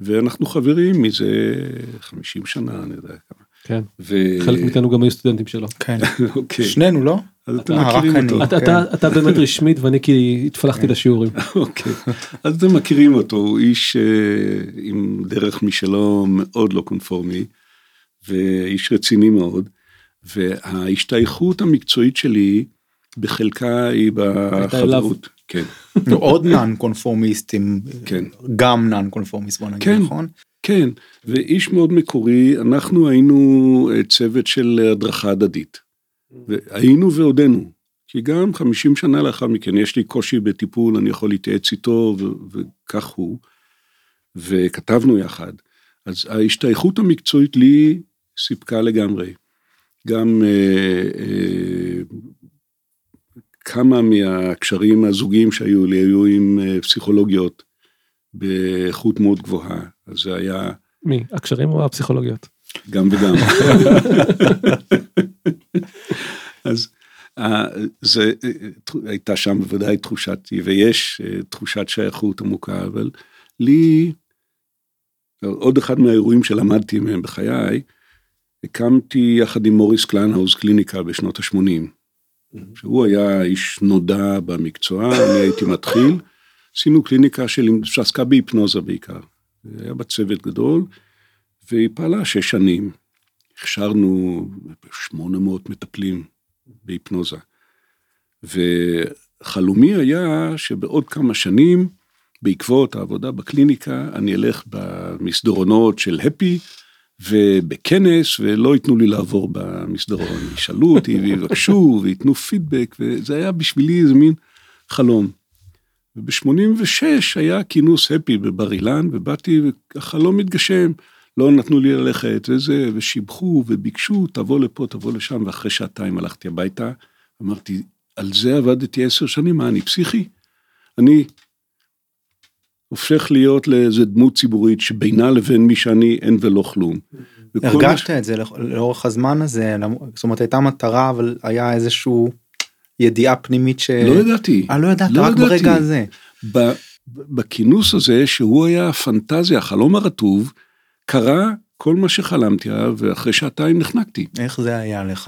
Speaker 3: ואנחנו חברים מזה חמישים שנה, אני יודע כמה.
Speaker 1: כן, חלק מאיתנו גם היו סטודנטים שלו.
Speaker 2: כן, שנינו, לא?
Speaker 3: אז אתם מכירים אותו.
Speaker 1: אתה באמת רשמית ואני כי התפלחתי לשיעורים.
Speaker 3: אוקיי, אז אתם מכירים אותו, הוא איש עם דרך משלו מאוד לא קונפורמי, ואיש רציני מאוד, וההשתייכות המקצועית שלי בחלקה היא בחברות. כן.
Speaker 2: עוד נאן קונפורמיסטים,
Speaker 3: כן.
Speaker 2: גם נאן קונפורמיסט, בוא נגיד, נכון?
Speaker 3: כן, ואיש מאוד מקורי, אנחנו היינו צוות של הדרכה הדדית, והיינו ועודנו, כי גם חמישים שנה לאחר מכן, יש לי קושי בטיפול, אני יכול להתייעץ איתו, ו- וכך הוא, וכתבנו יחד, אז ההשתייכות המקצועית לי סיפקה לגמרי, גם אה, אה, כמה מהקשרים הזוגיים שהיו לי, היו עם אה, פסיכולוגיות, באיכות מאוד גבוהה, אז זה היה...
Speaker 1: מי? הקשרים או הפסיכולוגיות?
Speaker 3: גם וגם. אז זה הייתה שם בוודאי תחושת, ויש תחושת שייכות עמוקה, אבל לי, עוד אחד מהאירועים שלמדתי מהם בחיי, הקמתי יחד עם מוריס קלנהאוז קליניקה בשנות ה-שמונים, שהוא היה איש נודע במקצוע, אני הייתי מתחיל, עשינו קליניקה של, שעסקה בהיפנוזה בעיקר, היה בצוות גדול, והיא פעלה שש שנים, הכשרנו שמונה מאות מטפלים בהיפנוזה, וחלומי היה שבעוד כמה שנים, בעקבות העבודה בקליניקה, אני אלך במסדרונות של הפי, ובכנס, ולא ייתנו לי לעבור במסדרון, ישאלו אותי ויבקשו, ויתנו פידבק, וזה היה בשבילי איזה מין חלום. וב-שמונים ושש היה כינוס הפי בבר אילן, ובאתי והחלום מתגשם, לא נתנו לי ללכת וזה, ושיבחו וביקשו, תבוא לפה, תבוא לשם, ואחרי שעתיים הלכתי הביתה, אמרתי, על זה עבדתי עשר שנים, מה, אני פסיכי? אני הופך להיות לאיזו דמות ציבורית, שבינה לבין מי שאני אין ולא כלום.
Speaker 2: הרגשת את זה לאורך הזמן הזה, זאת אומרת, הייתה מטרה, אבל היה איזשהו ידיעה פנימית ש...
Speaker 3: לא ידעתי.
Speaker 2: אה, לא ידעת, רק ברגע הזה.
Speaker 3: בכינוס הזה, שהוא היה הפנטזיה, החלום הרטוב, קרה כל מה שחלמתי, ואחרי שעתיים נחנקתי.
Speaker 2: איך זה היה לך?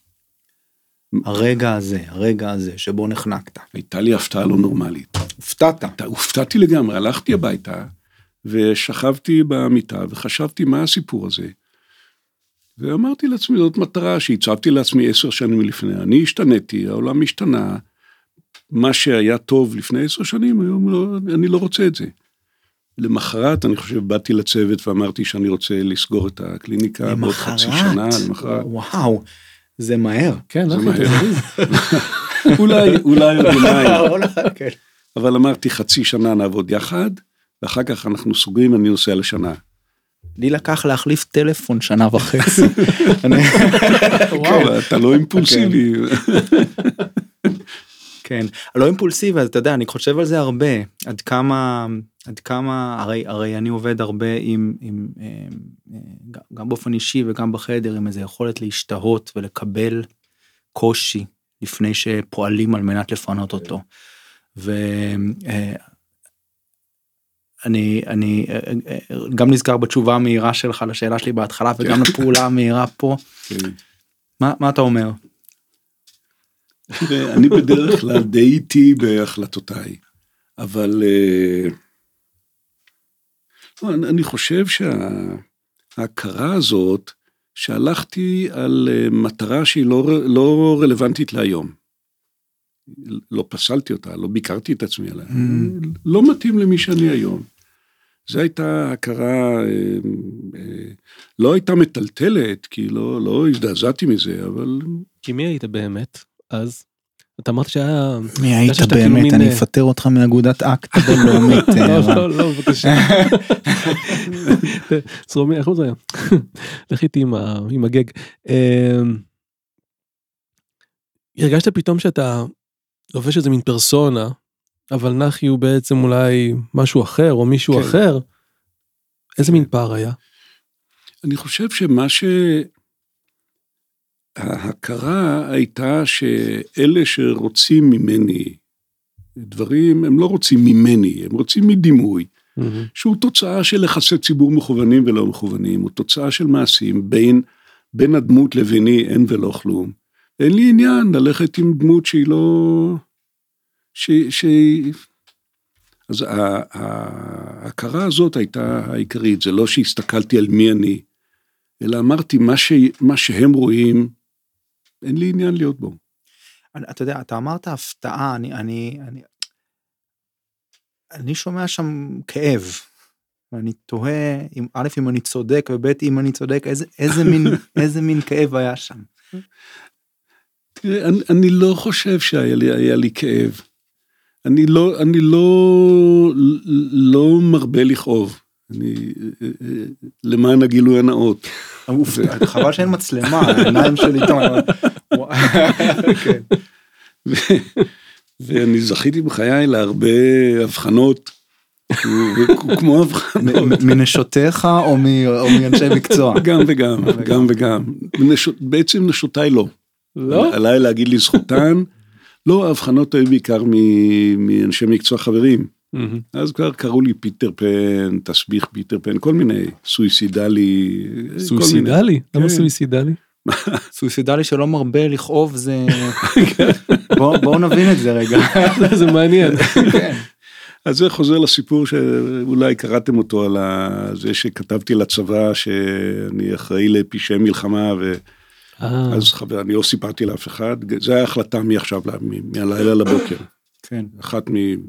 Speaker 2: הרגע הזה, הרגע הזה, שבו נחנקת.
Speaker 3: הייתה לי הפתעה לא נורמלית.
Speaker 2: הופתעת?
Speaker 3: הופתעתי לגמרי, הלכתי הביתה, ושכבתי במיטה, וחשבתי מה הסיפור הזה. ואמרתי לעצמי, זאת מטרה שהצבתי לעצמי עשר שנים לפני. אני השתניתי, העולם השתנה, מה שהיה טוב לפני עשר שנים, היום לא, אני לא רוצה את זה. למחרת, אני חושב, באתי לצוות ואמרתי שאני רוצה לסגור את הקליניקה, בעוד חצי שנה, למחרת.
Speaker 2: וואו, זה מהר.
Speaker 1: כן,
Speaker 3: זה מהר. אולי, אולי עוד יומיים.
Speaker 2: כן.
Speaker 3: אבל אמרתי, חצי שנה נעבוד יחד, ואחר כך אנחנו סוגרים, אני נוסע לשנה.
Speaker 2: לי לקח להחליף טלפון שנה וחצי.
Speaker 3: וואו, אתה לא אימפולסיבי.
Speaker 2: כן, לא אימפולסיבי, אז אתה יודע, אני חושב על זה הרבה, עד כמה, עד כמה, הרי, הרי אני עובד הרבה עם, עם, גם באופן אישי וגם בחדר, עם איזו יכולת להשתהות ולקבל קושי, לפני שפועלים על מנת לפנות אותו. ואני, אני גם נזכר בתשובה המהירה שלך לשאלה שלי בהתחלה, וגם לפעולה המהירה פה. מה, מה אתה אומר?
Speaker 3: אני בדרך כלל די איטי בהחלטותיי, אבל אני חושב שההכרה הזאת, שהלכתי על מטרה שהיא לא, לא רלוונטית להיום, לא פסלתי אותה, לא ביקרתי את עצמי עליה, mm. לא מתאים למי שאני היום. זו הייתה הכרה, לא הייתה מטלטלת, כי לא, לא הזדעזעתי מזה, אבל...
Speaker 1: כי מי היית באמת? אז אתה אמרת שהיה...
Speaker 2: מי היית באמת? אני אפטר אותך מאגודת אקט בינלאומית.
Speaker 1: לא, לא, לא, בבקשה. זרומי, איך הוא זה היה? לך איתי עם הגג. הרגשת פתאום שאתה לובש איזה מין פרסונה, אבל נחי הוא בעצם אולי משהו אחר, או מישהו אחר. איזה מין פער היה?
Speaker 3: אני חושב שמה ש... ההכרה הייתה שאלה שרוצים ממני דברים, הם לא רוצים ממני, הם רוצים מדימוי. שהוא תוצאה של יחסי ציבור מכוונים ולא מכוונים, הוא תוצאה של מעשים, בין, בין הדמות לביני אין ולא כלום. אין לי עניין ללכת עם דמות שהיא לא... ש... ש... אז ההכרה הזאת הייתה העיקרית, זה לא שהסתכלתי על מי אני, אלא אמרתי, מה, ש... מה שהם רואים, אין לי עניין להיות בו.
Speaker 2: אתה יודע, אתה אמרת הפתעה, אני, אני, אני, אני שומע שם כאב, ואני תוהה, אם, א', אם אני צודק, וב', אם אני צודק, איזה, איזה מין, איזה מין כאב היה שם.
Speaker 3: תראה, אני, אני לא חושב שהיה לי, היה לי כאב. אני לא, אני לא, לא מרבה לכאוב. אני, למען הגילוי הנאות.
Speaker 2: חבל שאין מצלמה, העיניים שלי טוב.
Speaker 3: ואני זכיתי בחיי להרבה הבחנות, כמו הבחנות.
Speaker 2: מנשותיך או מאנשי מקצוע?
Speaker 3: גם וגם, גם וגם. בעצם נשותיי לא.
Speaker 1: לא?
Speaker 3: עליי להגיד לי זכותן, לא, ההבחנות היו בעיקר מאנשי מקצוע חברים. אז כבר קראו לי פיטר פן, תסביך פיטר פן, כל מיני, סויסידלי.
Speaker 1: סויסידלי? למה סויסידלי?
Speaker 2: סויסידלי שלא מרבה לכאוב זה... בואו נבין את זה רגע.
Speaker 1: זה מעניין.
Speaker 3: אז זה חוזר לסיפור שאולי קראתם אותו על זה שכתבתי לצבא שאני אחראי לפשעי מלחמה ואז חבר, אני לא סיפרתי לאף אחד, זה היה החלטה מעכשיו, מהלילה לבוקר.
Speaker 2: כן.
Speaker 3: אחת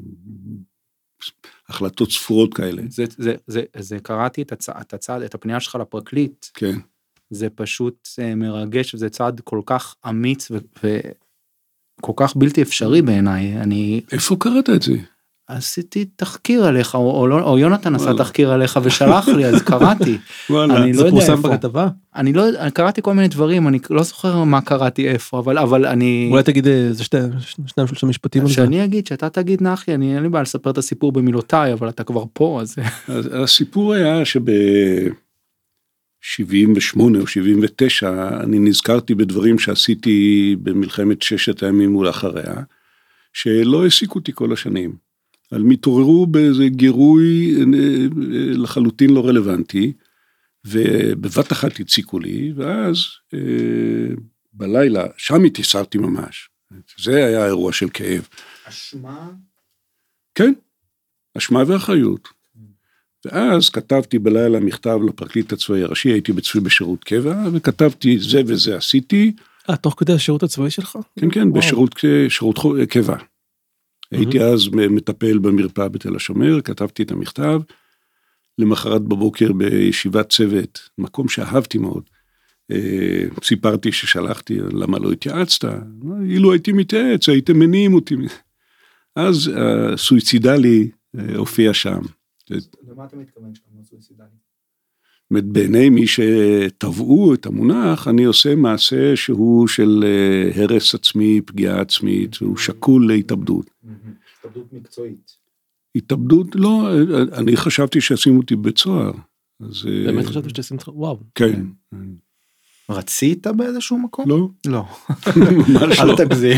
Speaker 3: מהחלטות ספורות כאלה.
Speaker 2: זה, זה, זה, זה קראתי את הצעד, את הצעד, את הפנייה שלך לפרקליט.
Speaker 3: כן.
Speaker 2: זה פשוט מרגש, וזה צעד כל כך אמיץ וכל כך בלתי אפשרי בעיניי. אני...
Speaker 3: איפה קראת את זה?
Speaker 2: עשיתי תחקיר עליך, או, או, או יונתן עשה תחקיר עליך ושלח לי, אז קראתי.
Speaker 1: וואלה, זה פורסם בכתבה?
Speaker 2: אני לא, אני קראתי כל מיני דברים, אני לא זוכר מה קראתי איפה, אבל, אבל אני...
Speaker 1: אולי תגיד, זה שתי, שניים שלושה משפטים על זה.
Speaker 2: שאני אגיד, שאתה תגיד נחי, אני אין לי בעיה לספר את הסיפור במילותיי, אבל אתה כבר פה, אז...
Speaker 3: אז הסיפור היה שב-שבעים ושמונה או שבעים ותשע, אני נזכרתי בדברים שעשיתי במלחמת ששת הימים ולאחריה, שלא העסיקו אותי כל השנים. על מתעוררו באיזה גירוי לחלוטין לא רלוונטי, ובבת אחת הציקו לי, ואז בלילה, שם התייסרתי ממש. זה היה אירוע של כאב.
Speaker 2: אשמה?
Speaker 3: כן, אשמה ואחריות. ואז כתבתי בלילה מכתב לפרקליט הצבאי הראשי, הייתי בצבאי בשירות קבע, וכתבתי זה וזה עשיתי.
Speaker 1: אה, תוך כדי השירות הצבאי שלך?
Speaker 3: כן, כן, בשירות קבע. הייתי אז מטפל במרפאה בתל השומר, כתבתי את המכתב, למחרת בבוקר בישיבת צוות, מקום שאהבתי מאוד, סיפרתי ששלחתי, למה לא התייעצת? אילו הייתי מתייעץ, הייתם מניעים אותי. אז הסויצידלי הופיע שם.
Speaker 2: למה אתה מתכוון שם, הסויצידלי?
Speaker 3: בעיני מי שטבעו את המונח, אני עושה מעשה שהוא של הרס עצמי, פגיעה עצמית, הוא שקול להתאבדות.
Speaker 2: התאבדות מקצועית.
Speaker 3: התאבדות, לא, אני חשבתי שישימו אותי בצוהר.
Speaker 1: באמת חשבתי שישימו אותך, וואו.
Speaker 3: כן.
Speaker 2: רצית באיזשהו מקום?
Speaker 3: לא.
Speaker 2: לא.
Speaker 3: ממש לא.
Speaker 2: אל תגזים.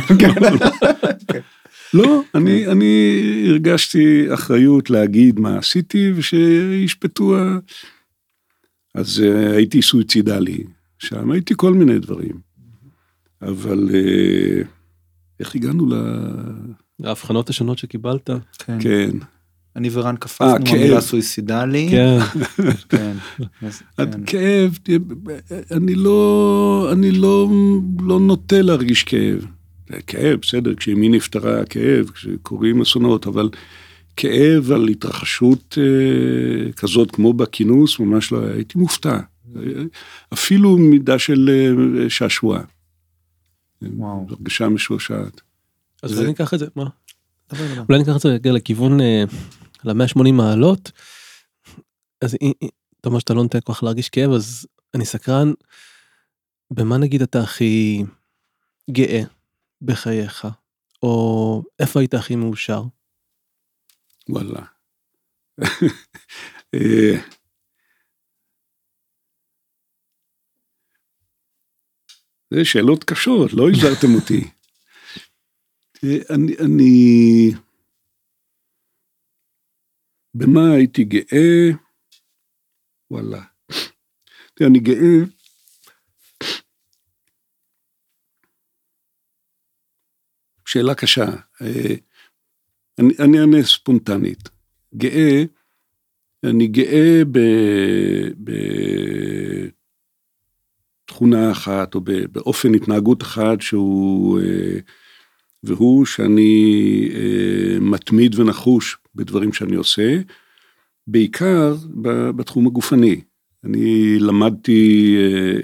Speaker 3: לא, אני, אני הרגשתי אחריות להגיד מה עשיתי, ושישפטו ה... אז הייתי סויצידלי, שם הייתי כל מיני דברים, אבל איך הגענו ל...
Speaker 1: ההבחנות השונות שקיבלת.
Speaker 2: כן.
Speaker 3: כן.
Speaker 2: אני ורן קפצנו במילה סויצידלי.
Speaker 1: כן.
Speaker 2: כן.
Speaker 3: כאב, אני לא, אני לא, לא נוטה להרגיש כאב. כאב, בסדר, כשאמי נפטרה כאב, כשקוראים אסונות, אבל... כאב על התרחשות אה, כזאת כמו בכינוס, ממש לא, הייתי מופתע. אפילו מידה של אה, שעשוע.
Speaker 2: וואו.
Speaker 3: הרגשה משושעת.
Speaker 1: אז זה... אולי ניקח את זה, מה? אולי ניקח את זה לכיוון, אה, ל-מאה ושמונים מעלות, אז אתה אומר שאתה לא נותן כל כך להרגיש כאב, אז אני סקרן, במה נגיד אתה הכי גאה בחייך, או איפה היית הכי מאושר?
Speaker 3: וואלה. זה שאלות קשות, לא הזהרתם אותי. אני, אני, במה הייתי גאה? וואלה. תראה, אני גאה. שאלה קשה. אני, אני אענה ספונטנית. גאה, אני גאה ב, בתכונה אחת, או באופן התנהגות אחת, שהוא, והוא שאני מתמיד ונחוש בדברים שאני עושה, בעיקר בתחום הגופני. אני למדתי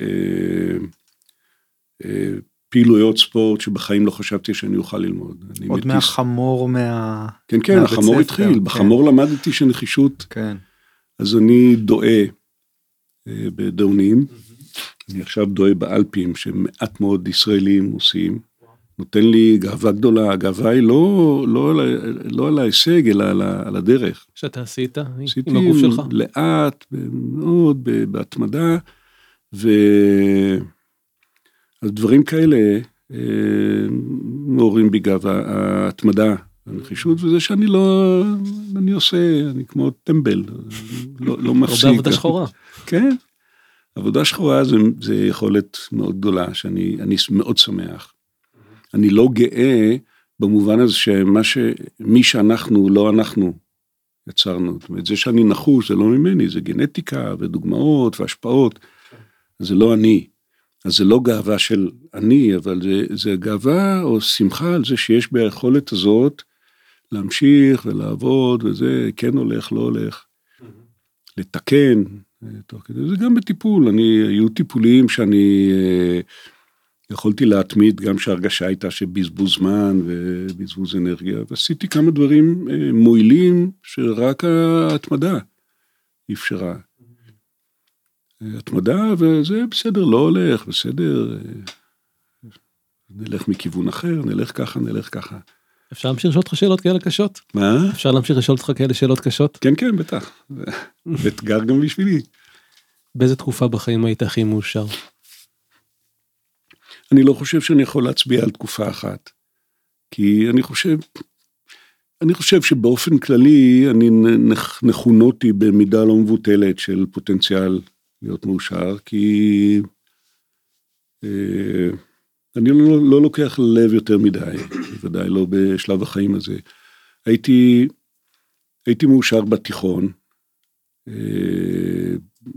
Speaker 3: פעילויות ספורט שבחיים לא חשבתי שאני אוכל ללמוד.
Speaker 2: עוד מהחמור מה...
Speaker 3: כן, כן, החמור התחיל. בחמור למדתי שנחישות.
Speaker 2: כן.
Speaker 3: אז אני דואה בדאונים. אני עכשיו דואה באלפים, שמעט מאוד ישראלים עושים. נותן לי גאווה גדולה. הגאווה היא לא, לא, לא על ההישג, אלא על, על הדרך.
Speaker 1: שאתה עשית עם הגוף שלך?
Speaker 3: עשיתי לאט, מאוד, בהתמדה, ו... אז דברים כאלה מעוררים בי גאווה, ההתמדה, הנחישות, וזה שאני לא, אני עושה, אני כמו טמבל, לא, לא מפסיק.
Speaker 1: הרבה עבודה שחורה.
Speaker 3: כן, עבודה שחורה זה, זה יכולת מאוד גדולה, שאני אני מאוד שמח. אני לא גאה במובן הזה שמה ש... מי שאנחנו, לא אנחנו יצרנו. זאת אומרת, זה שאני נחוש, זה לא ממני, זה גנטיקה ודוגמאות והשפעות, זה לא אני. אז זה לא גאווה של אני, אבל זה, זה גאווה או שמחה על זה שיש ביכולת הזאת להמשיך ולעבוד, וזה כן הולך, לא הולך, לתקן, זה גם בטיפול, אני, היו טיפולים שאני יכולתי להתמיד, גם שהרגשה הייתה שבזבוז זמן ובזבוז אנרגיה, ועשיתי כמה דברים מועילים שרק ההתמדה אפשרה. התמדה, וזה בסדר, לא הולך, בסדר, נלך מכיוון אחר, נלך ככה, נלך ככה.
Speaker 1: אפשר להמשיך לשאול אותך שאלות כאלה קשות?
Speaker 3: מה?
Speaker 1: אפשר להמשיך לשאול אותך כאלה שאלות קשות?
Speaker 3: כן, כן, בטח. ואתגר גם בשבילי.
Speaker 1: באיזה תקופה בחיים היית הכי מאושר?
Speaker 3: אני לא חושב שאני יכול להצביע על תקופה אחת. כי אני חושב, אני חושב שבאופן כללי, אני נכונותי במידה לא מבוטלת של פוטנציאל להיות מאושר, כי אה, אני לא, לא לוקח ללב יותר מדי, בוודאי לא בשלב החיים הזה. הייתי, הייתי מאושר בתיכון, אה,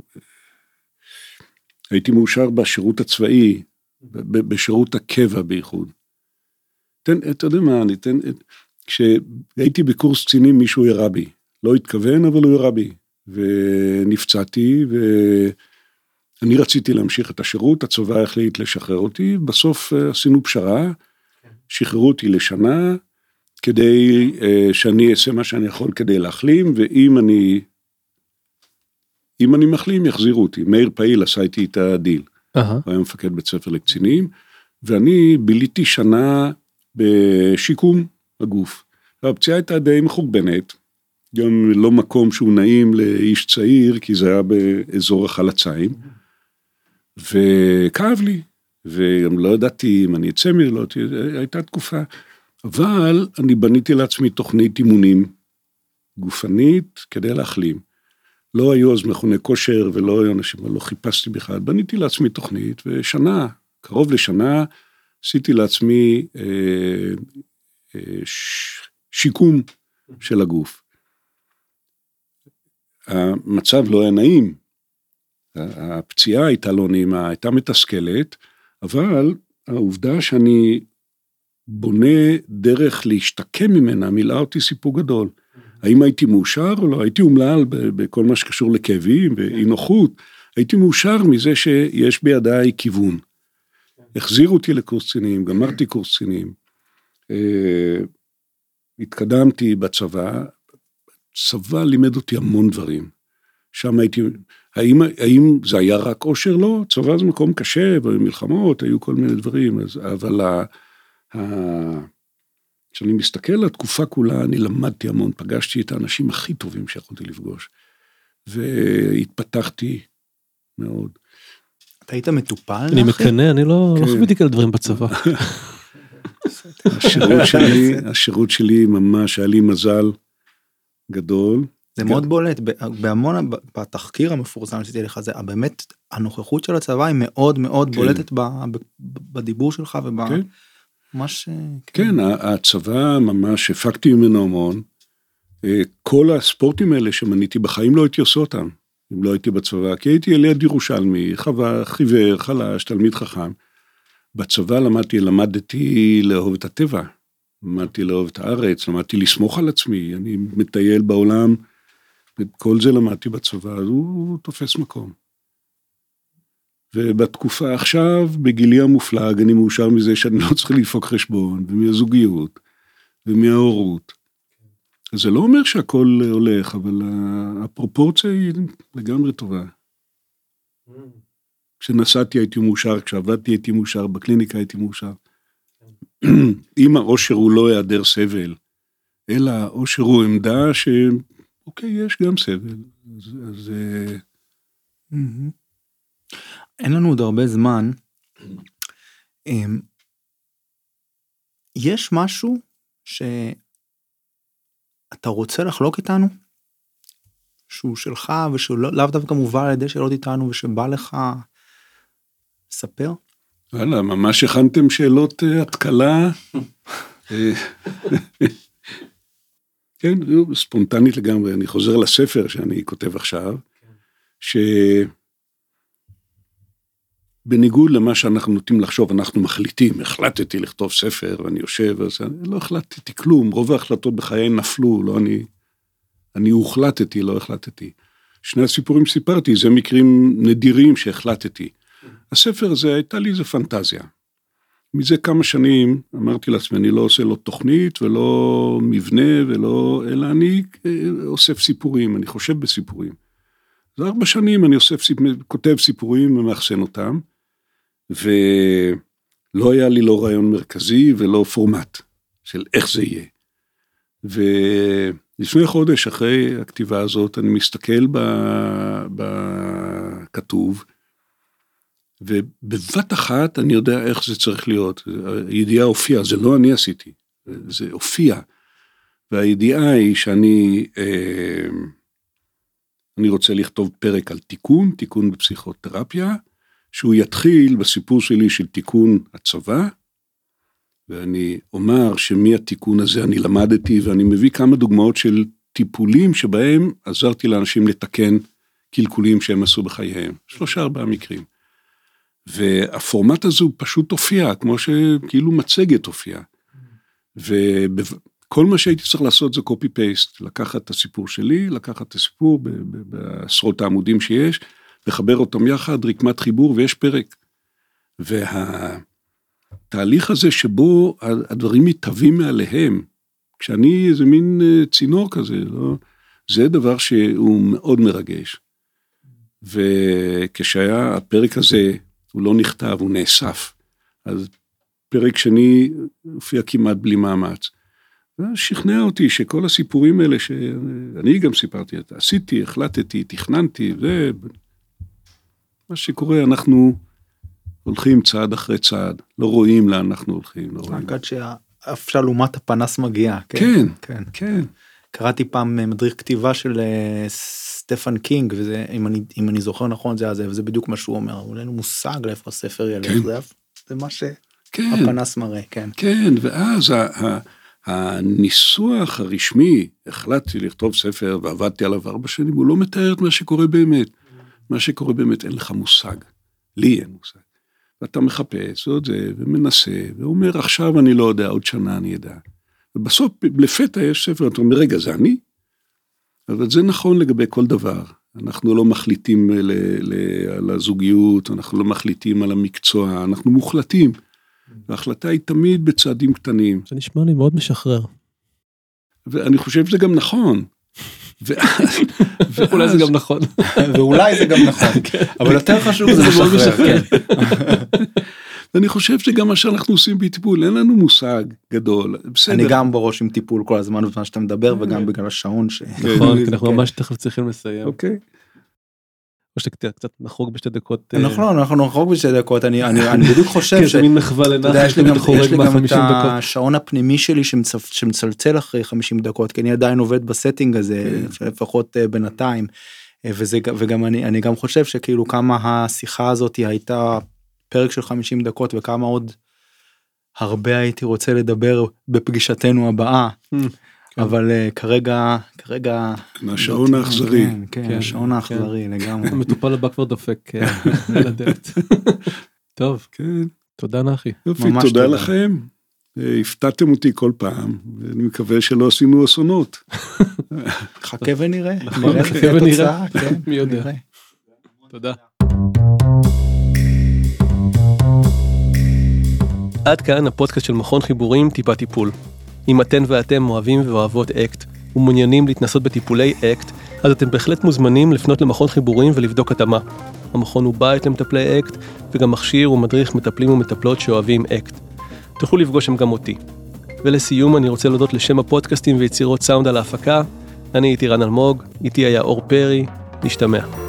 Speaker 3: הייתי מאושר בשירות הצבאי, בשירות הקבע בייחוד. תן, אתה יודע מה, אני תן, כשהייתי בקורס קצינים מישהו ירה בי, לא התכוון אבל הוא ירה בי. ונפצעתי, ואני רציתי להמשיך את השירות, הצבא החליט לשחרר אותי, בסוף עשינו פשרה, שחררו אותי לשנה, כדי שאני אעשה מה שאני יכול כדי להחלים, ואם אני, אם אני מחלים, יחזירו אותי. מאיר פעיל עשה איתי את הדיל, הוא היה מפקד בית ספר לקצינים, ואני ביליתי שנה בשיקום הגוף. הפציעה הייתה די מחורבנת, גם לא מקום שהוא נעים לאיש צעיר, כי זה היה באזור החלציים, וכאב לי, וגם לא ידעתי אם אני אצא מלא, הייתה תקופה, אבל אני בניתי לעצמי תוכנית אימונים גופנית כדי להחלים. לא היו אז מכוני כושר, ולא היו אנשים, לא חיפשתי בכלל, בניתי לעצמי תוכנית, ושנה, קרוב לשנה, עשיתי לעצמי אה, אה, ש, שיקום של הגוף. המצב לא היה נעים, הפציעה הייתה לא נעימה, הייתה מתסכלת, אבל העובדה שאני בונה דרך להשתקם ממנה, מילאה אותי סיפור גדול. האם הייתי מאושר או לא? הייתי אומלל בכל מה שקשור לכאבים ואי נוחות, הייתי מאושר מזה שיש בידיי כיוון. החזירו אותי לקורס קצינים, גמרתי קורס קצינים, התקדמתי בצבא, צבא לימד אותי המון דברים. שם הייתי, האם, האם זה היה רק אושר? לא, צבא זה מקום קשה, במלחמות, היו כל מיני דברים, אז, אבל ה, ה, כשאני מסתכל על התקופה כולה, אני למדתי המון, פגשתי את האנשים הכי טובים שיכולתי לפגוש, והתפתחתי מאוד.
Speaker 2: אתה היית מטופל?
Speaker 1: אני מקנה, אני לא חוויתי כאלה דברים בצבא.
Speaker 3: השירות שלי, השירות שלי ממש, היה לי מזל גדול,
Speaker 2: זה מאוד בולט, בהמון, בתחקיר המפורסם שעשיתי לך, זה באמת, הנוכחות של הצבא היא מאוד מאוד בולטת בדיבור שלך ובמש...
Speaker 3: כן, הצבא ממש הפקתי ממנו המון, כל הספורטים האלה שמניתי בחיים לא הייתי עושה אותם, אם לא הייתי בצבא, כי הייתי ילד ירושלמי, חיוור, חלש, תלמיד חכם, בצבא למדתי, למדתי לאהוב את הטבע, למדתי לאהוב את הארץ, למדתי לסמוך על עצמי, אני מטייל בעולם, וכל זה למדתי בצבא, אז הוא תופס מקום. ובתקופה עכשיו, בגילי המופלג, אני מאושר מזה שאני לא צריך לדפוק חשבון, ומהזוגיות, ומההורות. זה לא אומר שהכל הולך, אבל הפרופורציה היא לגמרי טובה. כשנסעתי הייתי מאושר, כשעבדתי הייתי מאושר, בקליניקה הייתי מאושר. אם האושר הוא לא היעדר סבל, אלא האושר הוא עמדה ש... אוקיי, יש גם סבל. אז... אז...
Speaker 2: אין לנו עוד הרבה זמן. יש משהו שאתה רוצה לחלוק איתנו? שהוא שלך ושהוא לאו דווקא מובא על ידי שאלות איתנו ושבא לך לספר?
Speaker 3: וואלה, ממש הכנתם שאלות התקלה. כן, ספונטנית לגמרי. אני חוזר לספר שאני כותב עכשיו, ש... בניגוד למה שאנחנו נוטים לחשוב, אנחנו מחליטים, החלטתי לכתוב ספר, ואני יושב, אז אני לא החלטתי כלום, רוב ההחלטות בחיי נפלו, לא אני, אני הוחלטתי, לא החלטתי. שני הסיפורים שסיפרתי, זה מקרים נדירים שהחלטתי. הספר הזה, הייתה לי איזה פנטזיה. מזה כמה שנים, אמרתי לעצמי, אני לא עושה לו תוכנית, ולא מבנה, ולא, אלא אני אוסף סיפורים, אני חושב בסיפורים. זה ארבע שנים, אני אוסף, כותב סיפורים ומאחסן אותם, ולא היה לי לא רעיון מרכזי ולא פורמט של איך זה יהיה. ולפני חודש אחרי הכתיבה הזאת, אני מסתכל בכתוב, ובבת אחת אני יודע איך זה צריך להיות. הידיעה הופיעה, זה לא אני עשיתי, זה הופיע. והידיעה היא שאני... אני רוצה לכתוב פרק על תיקון, תיקון בפסיכותרפיה, שהוא יתחיל בסיפור שלי של תיקון הצבא, ואני אומר שמהתיקון הזה אני למדתי, ואני מביא כמה דוגמאות של טיפולים שבהם עזרתי לאנשים לתקן קלקולים שהם עשו בחייהם, שלושה ארבעה מקרים. והפורמט הזה הוא פשוט הופיע, כמו שכאילו מצגת הופיע. וכל מה שהייתי צריך לעשות זה קופי פייסט, לקחת את הסיפור שלי, לקחת את הסיפור בעשרות העמודים שיש, לחבר אותם יחד, רקמת חיבור, ויש פרק. והתהליך הזה שבו הדברים מתהווים מעליהם, כשאני איזה מין צינור כזה, לא? זה דבר שהוא מאוד מרגש. וכשהיה הפרק הזה, הוא לא נכתב, הוא נאסף. אז פרק שני הופיע כמעט בלי מאמץ. ושכנע אותי שכל הסיפורים האלה, שאני גם סיפרתי, עשיתי, החלטתי, תכננתי, זה... מה שקורה, אנחנו הולכים צעד אחרי צעד, לא רואים לאן אנחנו הולכים.
Speaker 2: רק עד שאפשר לעומת הפנס מגיע.
Speaker 3: כן, כן, כן.
Speaker 2: קראתי פעם מדריך כתיבה של סטפן קינג, וזה, אם אני, אם אני זוכר נכון, זה הזה, וזה בדיוק מה שהוא אומר, הוא אין מושג לאיפה הספר ילך, כן. זה, זה מה שהפנס כן. מראה, כן.
Speaker 3: כן, ואז ה, ה, הניסוח הרשמי, החלטתי לכתוב ספר, ועבדתי עליו ארבע שנים, הוא לא מתאר את מה שקורה באמת. מה שקורה באמת, אין לך מושג. לי אין מושג. ואתה מחפש עוד זה, ומנסה, ואומר, עכשיו אני לא יודע, עוד שנה אני יודע. ובסוף, לפתע יש ספר, אתה אומר, רגע, זה אני? אבל זה נכון לגבי כל דבר. אנחנו לא מחליטים ל, ל, על הזוגיות, אנחנו לא מחליטים על המקצוע, אנחנו מוחלטים. וההחלטה היא תמיד בצעדים קטנים.
Speaker 1: זה נשמע לי מאוד משחרר.
Speaker 3: ואני חושב שזה גם נכון.
Speaker 1: ואולי זה גם נכון.
Speaker 2: ואולי זה גם נכון. אבל יותר חשוב זה משחרר.
Speaker 3: ואני חושב שגם מה שאנחנו עושים בטיפול, אין לנו מושג גדול.
Speaker 2: אני גם בראש עם טיפול כל הזמן בזמן שאתה מדבר, וגם בגלל השעון.
Speaker 1: נכון, אנחנו ממש תכף צריכים לסיים.
Speaker 3: אוקיי.
Speaker 1: או שקצת נחרוג בשתי דקות.
Speaker 2: נכון, אנחנו נחרוג בשתי דקות, אני בדיוק חושב
Speaker 1: כן, זה מין מחווה לנחל,
Speaker 2: יש לי גם את השעון הפנימי שלי שמצלצל אחרי חמישים דקות, כי אני עדיין עובד בסטינג הזה, לפחות בינתיים, וגם אני גם חושב שכאילו כמה השיחה הזאת הייתה פרק של חמישים דקות, וכמה עוד הרבה הייתי רוצה לדבר בפגישתנו הבאה, אבל כרגע, כרגע...
Speaker 3: השעון האכזרי.
Speaker 2: כן, השעון האכזרי לגמרי.
Speaker 1: המטופל הבא כבר דופק על הדלת. טוב, תודה נחי.
Speaker 3: יופי, תודה לכם. הפתעתם אותי כל פעם, ואני מקווה שלא עשינו אסונות.
Speaker 2: חכה ונראה.
Speaker 1: חכה ונראה, מי יודע. תודה. עד כאן הפודקאסט של מכון חיבורים טיפה טיפול. אם אתן ואתם אוהבים ואוהבות אקט ומעוניינים להתנסות בטיפולי אקט, אז אתם בהחלט מוזמנים לפנות למכון חיבורים ולבדוק התאמה. המכון הוא בית למטפלי אקט וגם מכשיר ומדריך מטפלים ומטפלות שאוהבים אקט. תוכלו לפגוש שם גם אותי. ולסיום אני רוצה להודות לשם הפודקאסטים ויצירות סאונד על ההפקה. אני איתי רן אלמוג, איתי היה אור פרי, נשתמע.